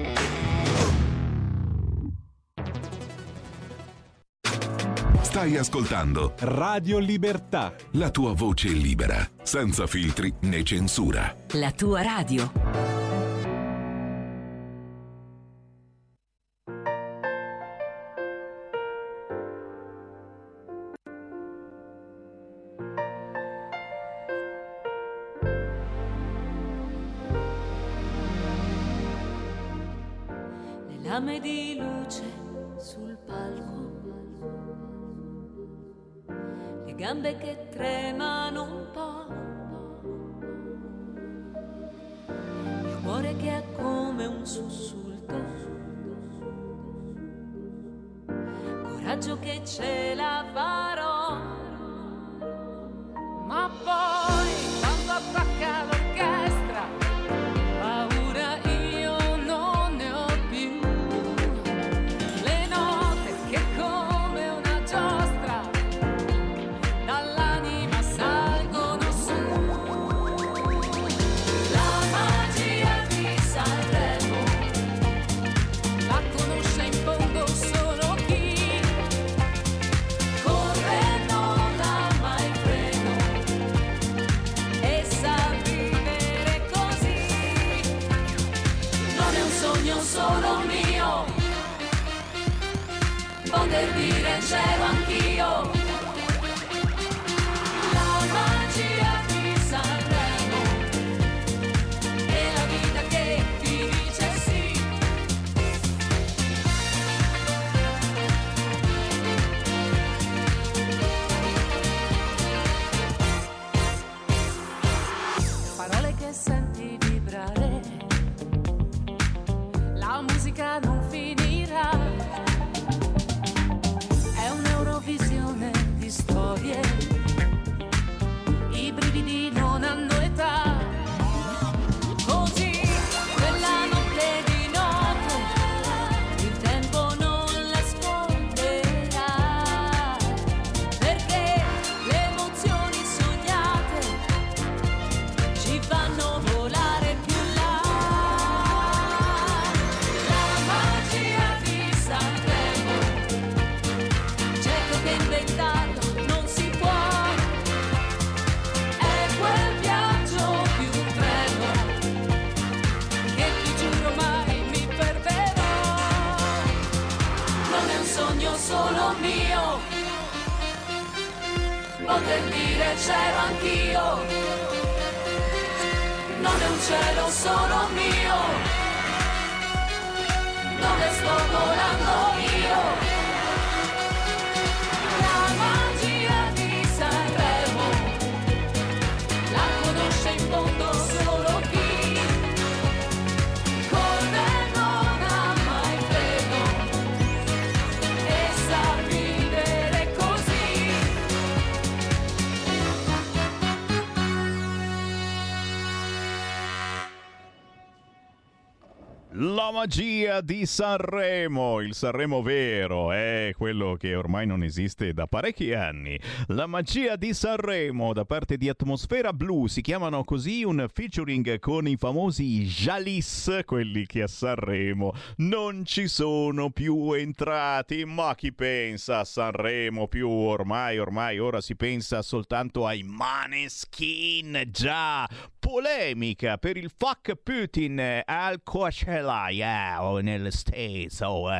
Stai ascoltando Radio Libertà, la tua voce libera, senza filtri né censura. La tua radio. Le lame di luce sul palco, le gambe che tremano un po', il cuore che è come un sussulto, coraggio che ce la farò, ma poi quando attacca l'orchestra, paura io non ne ho più, le note che come una giostra dall'anima salgono su, la magia di Sanremo la conosce in fondo solo chi corre, non ha mai freno e sa vivere così. Non è un sogno solo mio poter dire c'ero anch'io, la magia di Sanremo e la vita che ti dice sì. Parole che senti vibrare, la musica non finirà, è un'Eurovisione di storie, i brividi non hanno età, così quella notte di notte il tempo non l'ascolterà, perché le emozioni sognate ci fanno volare più là. La magia di Sanremo, certo che inventarlo non si può, è quel viaggio più treno che ti giuro mai mi perderò. Non è un sogno solo mio poter dire c'ero anch'io, non è un cielo solo mio dove sto volando io. La magia di Sanremo la conosce in fondo solo chi corre, non ha mai freno e sa vivere così. La magia di Sanremo, il Sanremo vero, è quello che ormai non esiste da parecchi anni. La magia di Sanremo da parte di Atmosfera Blu, si chiamano così, un featuring con i famosi Jalis, quelli che a Sanremo non ci sono più entrati. Ma chi pensa a Sanremo più ormai ora si pensa soltanto ai Maneskin, già. Polemica per il fuck Putin al Coachella, nelle States.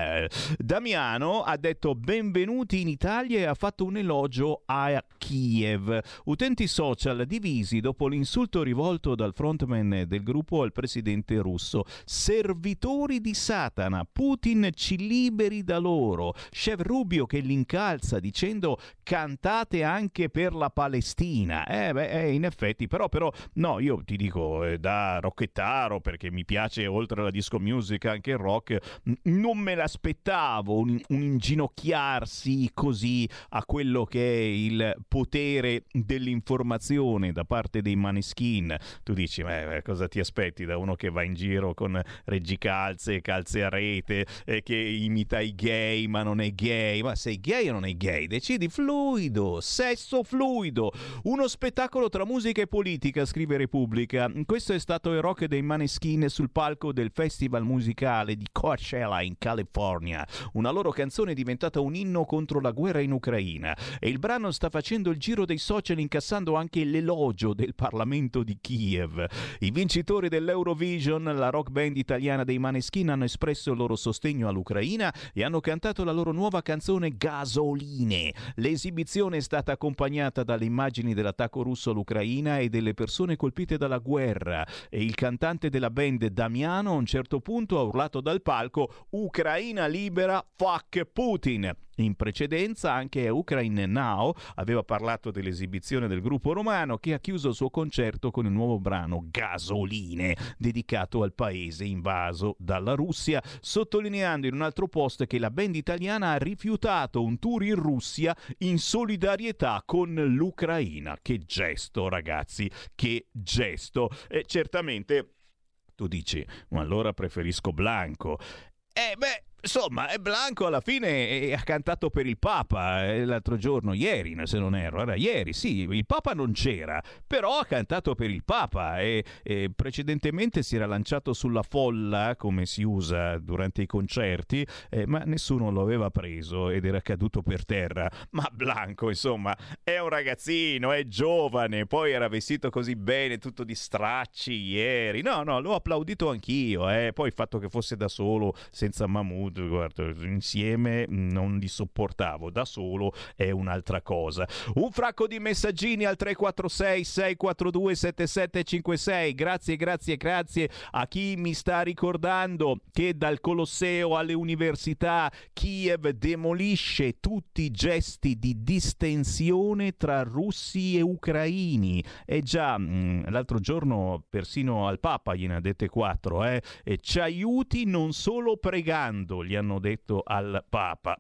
Damiano ha detto benvenuti in Italia e ha fatto un elogio a Kiev. Utenti social divisi dopo l'insulto rivolto dal frontman del gruppo al presidente russo. Servitori di Satana, Putin ci liberi da loro. Chef Rubio che l'incalza dicendo cantate anche per la Palestina. In effetti, però no, io ti dico, da rockettaro, perché mi piace oltre alla disco music anche il rock, non me l'aspettavo un inginocchiarsi così a quello che è il potere dell'informazione da parte dei Maneskin. Tu dici, cosa ti aspetti da uno che va in giro con reggicalze, calze a rete, che imita i gay ma non è gay? Ma sei gay o non è gay? Decidi fluido, sesso fluido, uno spettacolo tra musica e politica, scrive Repubblica. Questo è stato il rock dei Maneskin sul palco del festival musicale di Coachella in California. Una loro canzone è diventata un inno contro la guerra in Ucraina e il brano sta facendo il giro dei social, incassando anche l'elogio del Parlamento di Kiev. I vincitori dell'Eurovision, la rock band italiana dei Maneskin, hanno espresso il loro sostegno all'Ucraina e hanno cantato la loro nuova canzone Gasoline. L'esibizione è stata accompagnata dalle immagini dell'attacco russo all'Ucraina e delle persone colpite dalla guerra, e il cantante della band Damiano a un certo punto ha urlato dal palco Ucraina libera, fuck Putin. In precedenza anche Ukraine Now aveva parlato dell'esibizione del gruppo romano, che ha chiuso il suo concerto con il nuovo brano Gasoline, dedicato al paese invaso dalla Russia, sottolineando in un altro post che la band italiana ha rifiutato un tour in Russia in solidarietà con l'Ucraina. Che gesto, ragazzi, che gesto. E certamente tu dici, ma allora preferisco Blanco. Insomma, Blanco alla fine ha cantato per il Papa l'altro giorno, ieri se non erro, era ieri, sì, il Papa non c'era, però ha cantato per il Papa e precedentemente si era lanciato sulla folla, come si usa durante i concerti, ma nessuno lo aveva preso ed era caduto per terra. Ma Blanco, insomma, è un ragazzino, è giovane, poi era vestito così bene, tutto di stracci ieri. No, l'ho applaudito anch'io, poi il fatto che fosse da solo, senza Mahmood, guarda, insieme non li sopportavo, da solo è un'altra cosa. Un fracco di messaggini al 346 642 7756. Grazie a chi mi sta ricordando che dal Colosseo alle università Kiev demolisce tutti i gesti di distensione tra russi e ucraini. E già l'altro giorno persino al Papa gliene ha dette 4, e ci aiuti non solo pregando, gli hanno detto al Papa.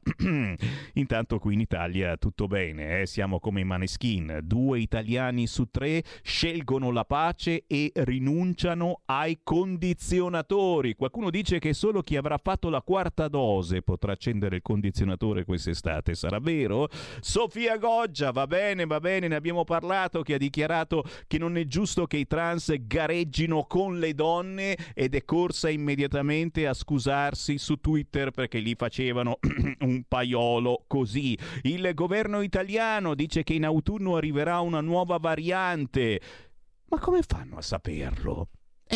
Intanto qui in Italia tutto bene, siamo come i Maneskin, 2 italiani su 3 scelgono la pace e rinunciano ai condizionatori. Qualcuno dice che solo chi avrà fatto la 4ª dose potrà accendere il condizionatore quest'estate, sarà vero? Sofia Goggia, va bene, ne abbiamo parlato, che ha dichiarato che non è giusto che i trans gareggino con le donne ed è corsa immediatamente a scusarsi su Twitter perché gli facevano un paiolo così. Il governo italiano dice che in autunno arriverà una nuova variante. Ma come fanno a saperlo?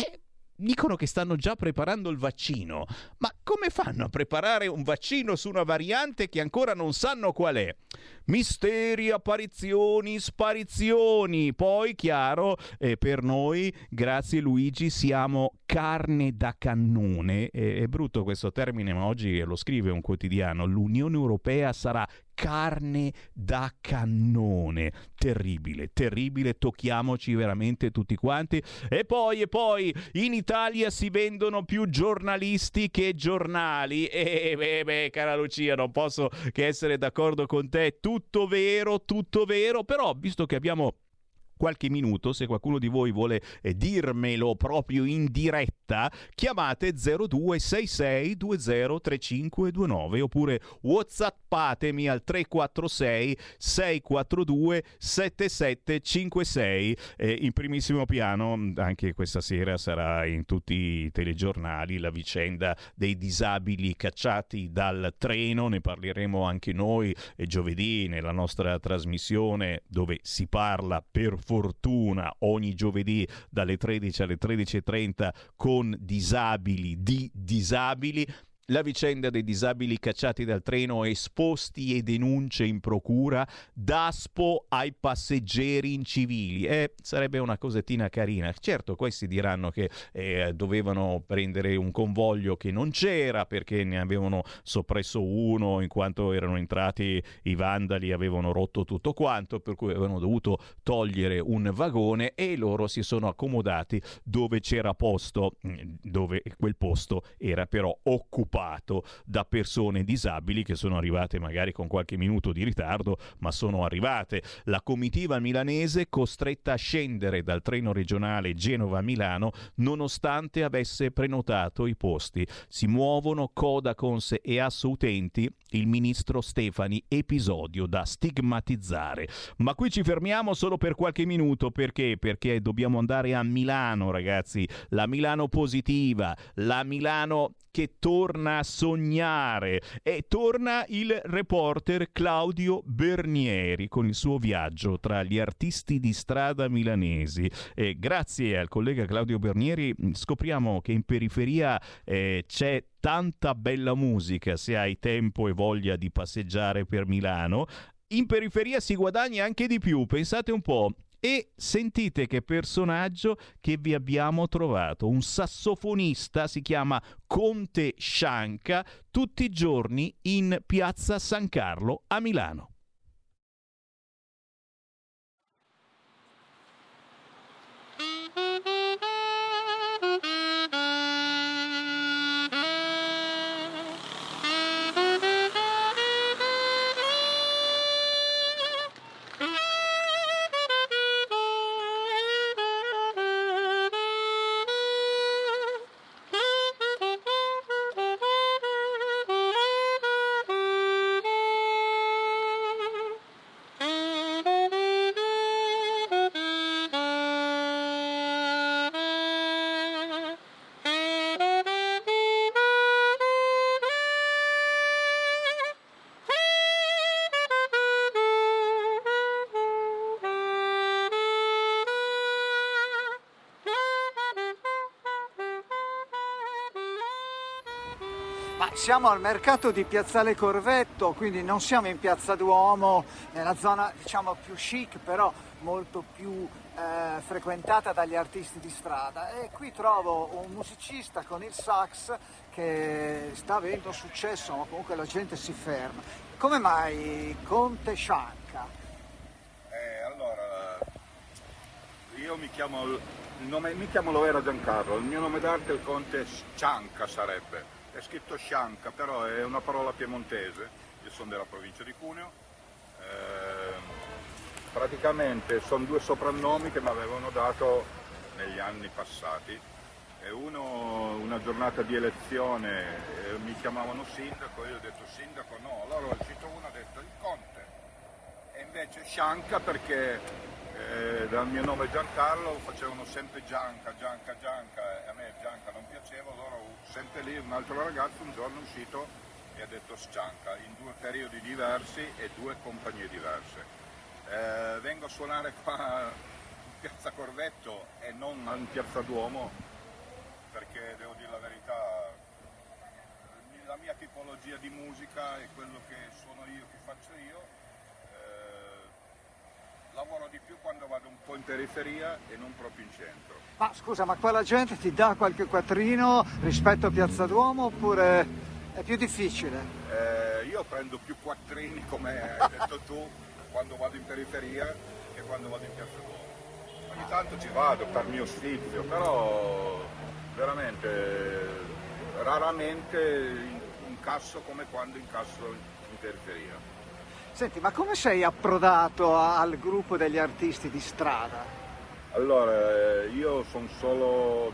Dicono che stanno già preparando il vaccino. Ma come fanno a preparare un vaccino su una variante che ancora non sanno qual è? Misteri, apparizioni, sparizioni. Poi, chiaro, per noi, grazie Luigi, siamo carne da cannone. È brutto questo termine, ma oggi lo scrive un quotidiano. L'Unione Europea sarà carne da cannone. Terribile, tocchiamoci veramente tutti quanti. E poi in Italia si vendono più giornalisti che giornali. Cara Lucia, non posso che essere d'accordo con te. Tutto vero, però visto che abbiamo qualche minuto, se qualcuno di voi vuole dirmelo proprio in diretta, chiamate 0266 203529 oppure whatsappatemi al 346 642 7756. In primissimo piano anche questa sera sarà in tutti i telegiornali la vicenda dei disabili cacciati dal treno. Ne parleremo anche noi giovedì nella nostra trasmissione, dove si parla per fortuna ogni giovedì dalle 13 alle 13:30 con disabili. La vicenda dei disabili cacciati dal treno, esposti e denunce in procura, Daspo ai passeggeri incivili. Sarebbe una cosettina carina. Certo, questi diranno che dovevano prendere un convoglio che non c'era perché ne avevano soppresso uno in quanto erano entrati i vandali, avevano rotto tutto quanto, per cui avevano dovuto togliere un vagone e loro si sono accomodati dove c'era posto, dove quel posto era però occupato da persone disabili che sono arrivate magari con qualche minuto di ritardo, ma sono arrivate. La comitiva milanese costretta a scendere dal treno regionale Genova-Milano nonostante avesse prenotato i posti. Si muovono Codacons e Assoutenti, il ministro Stefani, episodio da stigmatizzare. Ma qui ci fermiamo solo per qualche minuto, perché dobbiamo andare a Milano, ragazzi, la Milano positiva, la Milano che torna a sognare, e torna il reporter Claudio Bernieri con il suo viaggio tra gli artisti di strada milanesi. E grazie al collega Claudio Bernieri scopriamo che in periferia c'è tanta bella musica. Se hai tempo e voglia di passeggiare per Milano, in periferia si guadagna anche di più. Pensate un po', E sentite che personaggio che vi abbiamo trovato, un sassofonista, si chiama Conte Scianca, tutti i giorni in piazza San Carlo a Milano. Siamo al mercato di Piazzale Corvetto, quindi non siamo in Piazza Duomo, nella zona diciamo più chic, però molto più frequentata dagli artisti di strada. E qui trovo un musicista con il sax che sta avendo successo, ma comunque la gente si ferma. Come mai Conte Scianca? Allora, io mi chiamo Lovera Giancarlo, il mio nome d'arte è il Conte Scianca sarebbe. È scritto Scianca, però è una parola piemontese, io sono della provincia di Cuneo, praticamente sono due soprannomi che mi avevano dato negli anni passati, e uno, una giornata di elezione, mi chiamavano sindaco, io ho detto sindaco no, allora è uscito uno ha detto il Conte, e invece Scianca perché dal mio nome Giancarlo facevano sempre Gianca, e a me Gianca non piaceva, allora sempre lì un altro ragazzo un giorno è uscito e ha detto Scianca, in due periodi diversi e due compagnie diverse. Vengo a suonare qua in Piazza Corvetto e non in Piazza Duomo, perché devo dire la verità, la mia tipologia di musica è quello che suono io, che faccio io. Lavoro di più quando vado un po' in periferia e non proprio in centro. Ma scusa, ma qua la gente ti dà qualche quattrino rispetto a Piazza Duomo oppure è più difficile? Io prendo più quattrini, come hai detto tu, quando vado in periferia che quando vado in Piazza Duomo. Ogni tanto ci vado per mio sfizio, però veramente raramente incasso come quando incasso in periferia. Senti, ma come sei approdato al gruppo degli artisti di strada? Allora, io sono solo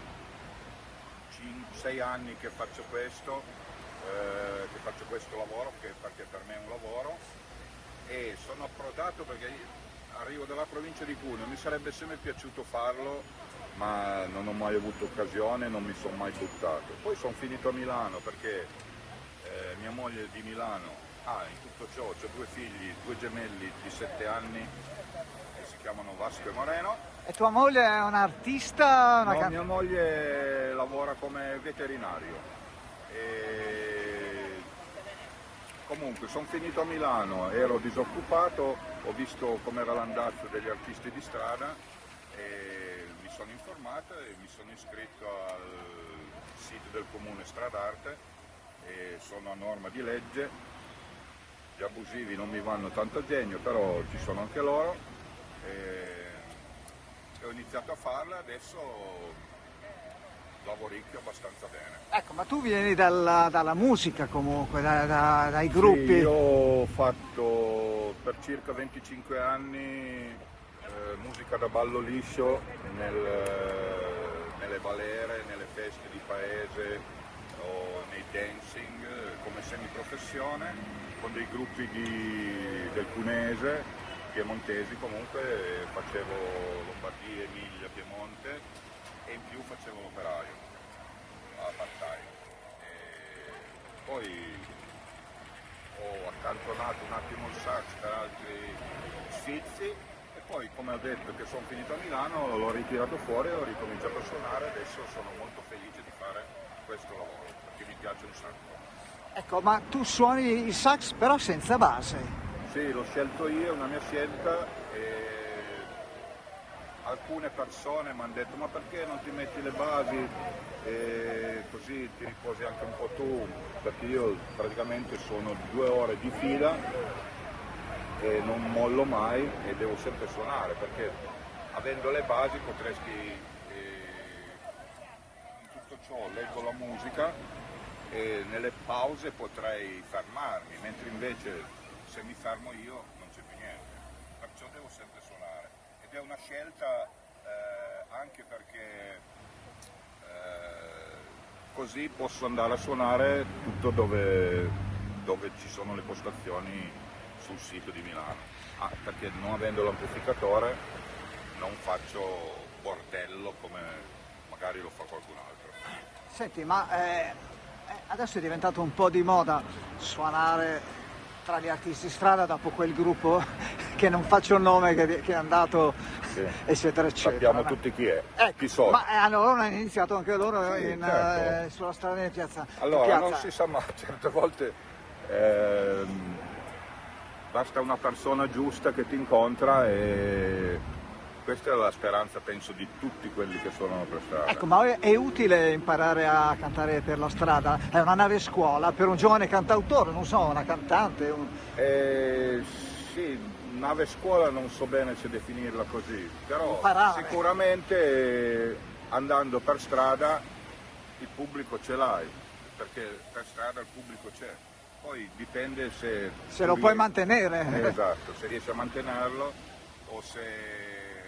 6 anni che faccio questo lavoro, perché per me è un lavoro, e sono approdato perché arrivo dalla provincia di Cuneo, mi sarebbe sempre piaciuto farlo, ma non ho mai avuto occasione, non mi sono mai buttato. Poi sono finito a Milano perché mia moglie è di Milano. In tutto ciò ho due figli, due gemelli di 7 anni che si chiamano Vasco e Moreno. E tua moglie è un'artista? No, mia moglie lavora come veterinario. Comunque sono finito a Milano, ero disoccupato, ho visto com'era l'andazzo degli artisti di strada e mi sono informato e mi sono iscritto al sito del comune Stradarte e sono a norma di legge. Gli abusivi non mi vanno tanto a genio, però ci sono anche loro e ho iniziato a farla, adesso lavoricchio abbastanza bene. Ecco, ma tu vieni dalla musica comunque, dai gruppi? Sì, io ho fatto per circa 25 anni musica da ballo liscio nelle balere, nelle feste di paese o nei dancing come semiprofessione, con dei gruppi del Cunese, piemontesi comunque, facevo Lombardia, Emilia, Piemonte e in più facevo l'operaio a part-time. Poi ho accantonato un attimo il sax per altri sfizi e poi, come ho detto che sono finito a Milano, l'ho ritirato fuori e ho ricominciato a suonare. Adesso sono molto felice di fare questo lavoro perché mi piace un sacco. Ecco, ma tu suoni il sax però senza base? Sì, l'ho scelto io, è una mia scelta e alcune persone mi hanno detto ma perché non ti metti le basi e così ti riposi anche un po' tu, perché io praticamente sono 2 ore di fila e non mollo mai e devo sempre suonare, perché avendo le basi potresti in tutto ciò leggo la musica e nelle pause potrei fermarmi, mentre invece se mi fermo io non c'è più niente, perciò devo sempre suonare ed è una scelta anche perché così posso andare a suonare tutto dove ci sono le postazioni sul sito di Milano, perché non avendo l'amplificatore non faccio bordello come magari lo fa qualcun altro. Senti, ma adesso è diventato un po' di moda suonare tra gli artisti strada dopo quel gruppo che non faccio il nome che è andato, sì, eccetera eccetera. Sappiamo tutti chi è, chi sono. Ma hanno iniziato anche loro sì, certo, sulla strada di piazza. Allora non si sa mai, certe volte basta una persona giusta che ti incontra e questa è la speranza, penso, di tutti quelli che suonano per strada. Ecco, ma è utile imparare a cantare per la strada? È una nave scuola per un giovane cantautore, non so, una cantante? Sì, nave scuola non so bene se definirla così, però imparare. Sicuramente andando per strada il pubblico ce l'hai, perché per strada il pubblico c'è. Poi dipende se lo puoi mantenere. Esatto, se riesci a mantenerlo o se...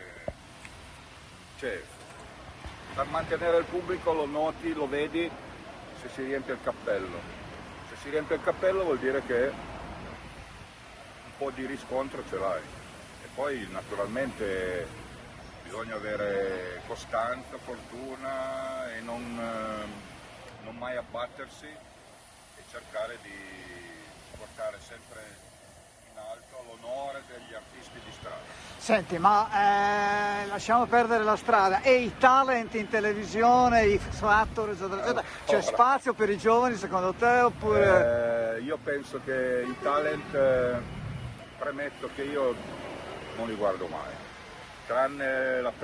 Cioè, per mantenere il pubblico lo noti, lo vedi se si riempie il cappello. Se si riempie il cappello vuol dire che un po' di riscontro ce l'hai. E poi naturalmente bisogna avere costanza, fortuna e non mai abbattersi e cercare di portare sempre in alto l'onore degli artisti di strada. Senti, ma lasciamo perdere la strada e i talent in televisione, i X-Factor, eccetera, eccetera. C'è spazio per i giovani secondo te oppure? Io penso che i talent, premetto che io non li guardo mai, tranne i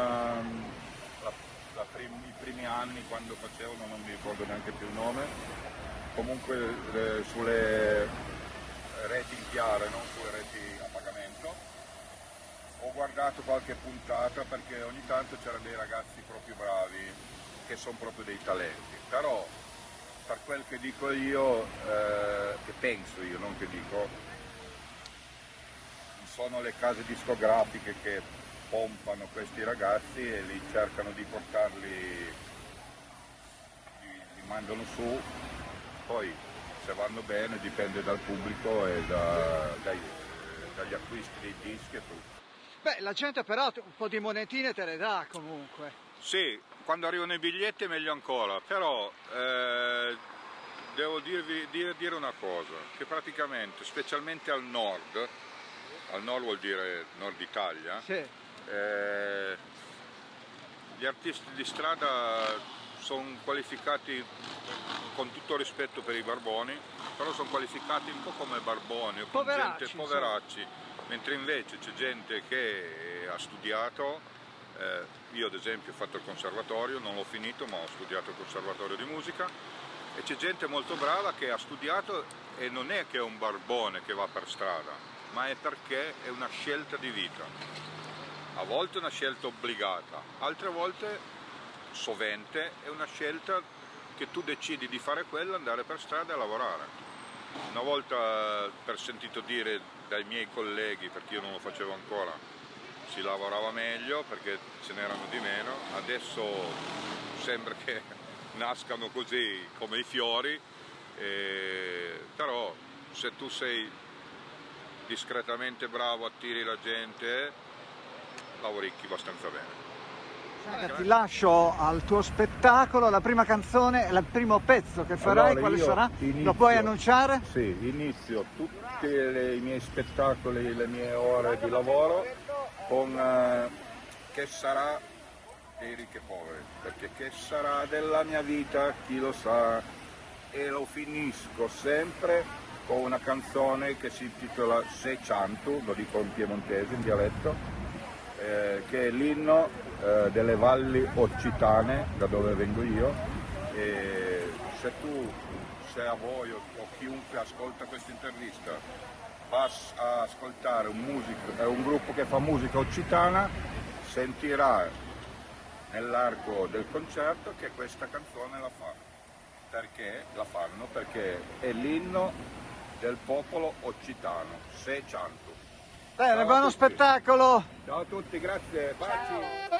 primi anni quando facevano, non mi ricordo neanche più il nome, comunque sulle reti in chiaro, non sulle reti a pagamento. Ho guardato qualche puntata perché ogni tanto c'erano dei ragazzi proprio bravi che sono proprio dei talenti, però per quel che dico io, che penso io, non che dico, sono le case discografiche che pompano questi ragazzi e li cercano di portarli, li mandano su, poi se vanno bene dipende dal pubblico e dagli acquisti dei dischi e tutto. Beh, la gente però un po' di monetine te le dà comunque. Sì, quando arrivano i biglietti è meglio ancora, però devo dire una cosa, che praticamente, specialmente al nord vuol dire nord Italia, sì, gli artisti di strada sono qualificati, con tutto rispetto per i barboni, però sono qualificati un po' come barboni, poveracci, gente poveracci, mentre invece c'è gente che ha studiato, io ad esempio ho fatto il conservatorio, non l'ho finito ma ho studiato il conservatorio di musica, e c'è gente molto brava che ha studiato e non è che è un barbone che va per strada, ma è perché è una scelta di vita, a volte è una scelta obbligata, altre volte, sovente, è una scelta che tu decidi di fare quella, andare per strada e lavorare. Una volta, per sentito dire dai miei colleghi, perché io non lo facevo ancora, si lavorava meglio perché ce n'erano di meno, adesso sembra che nascano così come i fiori, però se tu sei discretamente bravo, attiri la gente, lavoricchi abbastanza bene. Ti lascio al tuo spettacolo, la prima canzone, il primo pezzo che farai, allora, quale sarà? Lo puoi annunciare? Sì, inizio tutti i miei spettacoli, le mie ore di lavoro con Che sarà dei ricchi e poveri, perché che sarà della mia vita chi lo sa, e lo finisco sempre con una canzone che si intitola Se Ciantu, lo dico in piemontese, in dialetto, che è l'inno delle valli occitane, da dove vengo io, e se a voi o chiunque ascolta questa intervista va a ascoltare un gruppo che fa musica occitana, sentirà nell'arco del concerto che questa canzone la fa. Perché la fanno? Perché è l'inno del popolo occitano, Se Ciantu. Bene, buono spettacolo! Ciao a tutti, grazie, baci!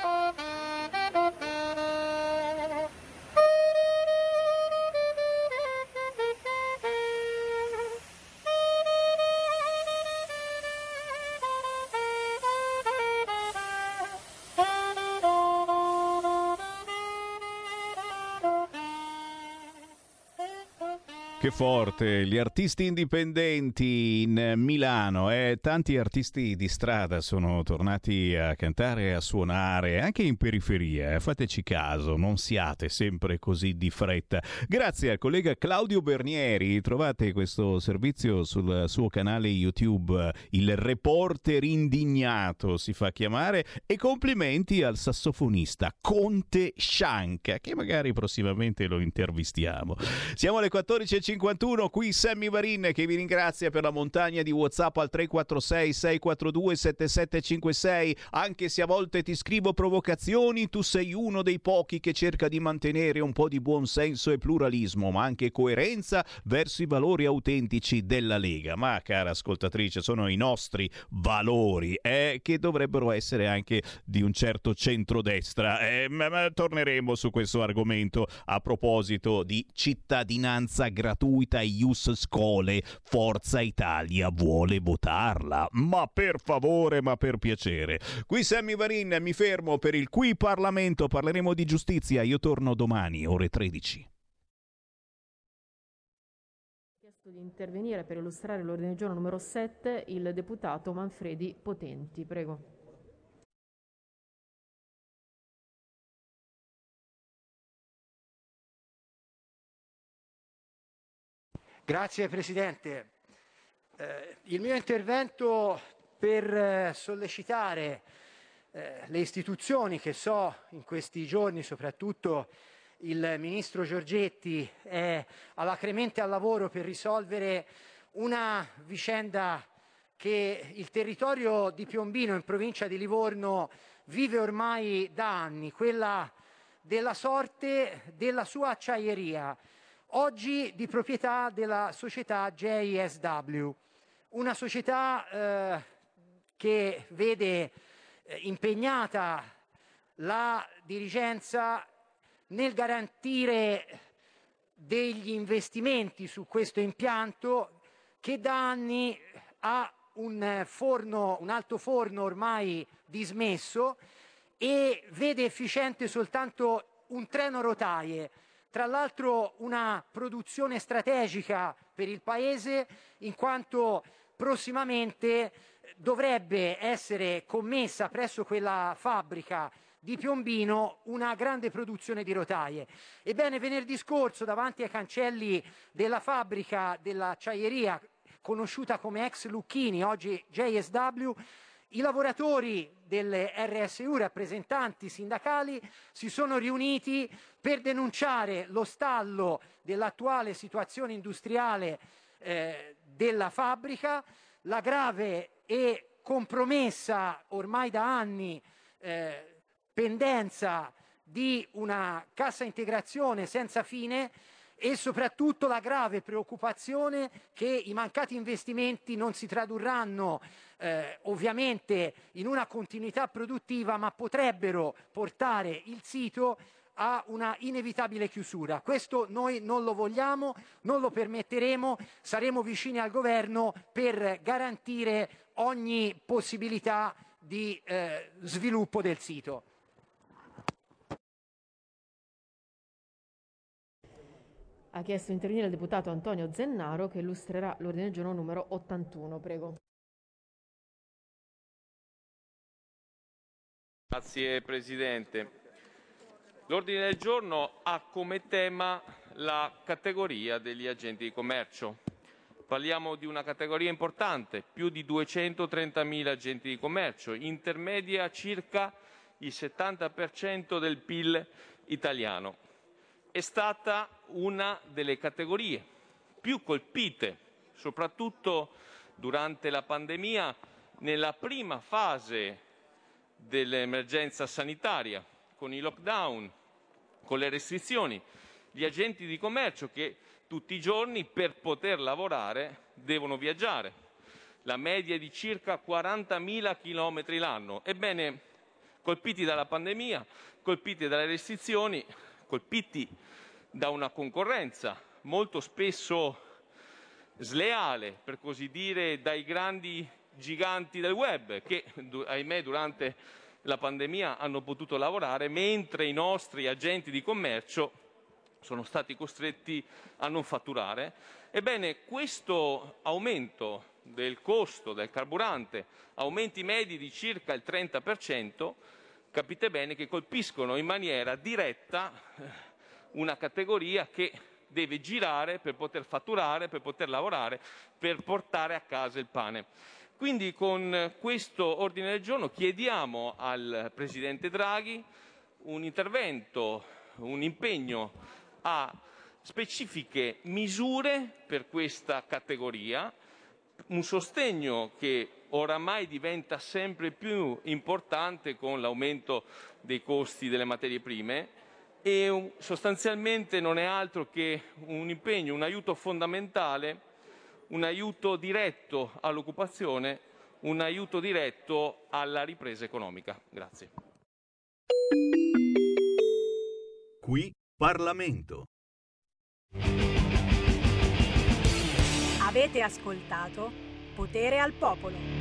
Che forte, gli artisti indipendenti in Milano, tanti artisti di strada sono tornati a cantare e a suonare anche in periferia, fateci caso, non siate sempre così di fretta. Grazie al collega Claudio Bernieri, trovate questo servizio sul suo canale YouTube, il Reporter Indignato si fa chiamare, e complimenti al sassofonista Conte Scianca, che magari prossimamente lo intervistiamo. Siamo alle 14:51, qui Sammy Varin che vi ringrazia per la montagna di WhatsApp al 346 642 7756. Anche se a volte ti scrivo provocazioni, tu sei uno dei pochi che cerca di mantenere un po' di buon senso e pluralismo, ma anche coerenza verso i valori autentici della Lega. Ma cara ascoltatrice, sono i nostri valori che dovrebbero essere anche di un certo centrodestra. Ma torneremo su questo argomento a proposito di cittadinanza gratuita e Ius Scholae. Forza Italia vuole votarla, ma per favore, ma per piacere. Qui Sammy Varin, mi fermo per il Qui Parlamento, parleremo di giustizia, io torno domani ore 13. Chiesto di intervenire per illustrare l'ordine del giorno numero 7 il deputato Manfredi Potenti, prego. Grazie Presidente. Il mio intervento per sollecitare le istituzioni, che so in questi giorni soprattutto il Ministro Giorgetti è alacremente al lavoro per risolvere una vicenda che il territorio di Piombino in provincia di Livorno vive ormai da anni, quella della sorte della sua acciaieria, oggi di proprietà della società JSW, una società che vede impegnata la dirigenza nel garantire degli investimenti su questo impianto che da anni ha un alto forno ormai dismesso e vede efficiente soltanto un treno rotaie. Tra l'altro una produzione strategica per il Paese, in quanto prossimamente dovrebbe essere commessa presso quella fabbrica di Piombino una grande produzione di rotaie. Ebbene, venerdì scorso, davanti ai cancelli della fabbrica dell'acciaieria, conosciuta come ex Lucchini, oggi JSW, i lavoratori delle RSU, rappresentanti sindacali, si sono riuniti per denunciare lo stallo dell'attuale situazione industriale della fabbrica, la grave e compromessa ormai da anni pendenza di una cassa integrazione senza fine e soprattutto la grave preoccupazione che i mancati investimenti non si tradurranno ovviamente in una continuità produttiva, ma potrebbero portare il sito a una inevitabile chiusura. Questo noi non lo vogliamo, non lo permetteremo, saremo vicini al governo per garantire ogni possibilità di sviluppo del sito. Ha chiesto di intervenire il deputato Antonio Zennaro, che illustrerà l'ordine del giorno numero 81. Prego. Grazie Presidente. L'ordine del giorno ha come tema la categoria degli agenti di commercio. Parliamo di una categoria importante, più di 230.000 agenti di commercio, intermedia circa il 70% del PIL italiano. È stata una delle categorie più colpite, soprattutto durante la pandemia, nella prima fase dell'emergenza sanitaria, con i lockdown, con le restrizioni. Gli agenti di commercio che tutti i giorni per poter lavorare devono viaggiare. La media è di circa 40.000 chilometri l'anno. Ebbene, colpiti dalla pandemia, colpiti dalle restrizioni, colpiti da una concorrenza molto spesso sleale, per così dire, dai grandi giganti del web che, ahimè, durante la pandemia hanno potuto lavorare, mentre i nostri agenti di commercio sono stati costretti a non fatturare. Ebbene, questo aumento del costo del carburante, aumenti medi di circa il 30%, capite bene che colpiscono in maniera diretta una categoria che deve girare per poter fatturare, per poter lavorare, per portare a casa il pane. Quindi con questo ordine del giorno chiediamo al Presidente Draghi un intervento, un impegno a specifiche misure per questa categoria, un sostegno che oramai diventa sempre più importante con l'aumento dei costi delle materie prime e sostanzialmente non è altro che un impegno, un aiuto fondamentale, un aiuto diretto all'occupazione, un aiuto diretto alla ripresa economica. Grazie. Qui Parlamento. Avete ascoltato Potere al Popolo.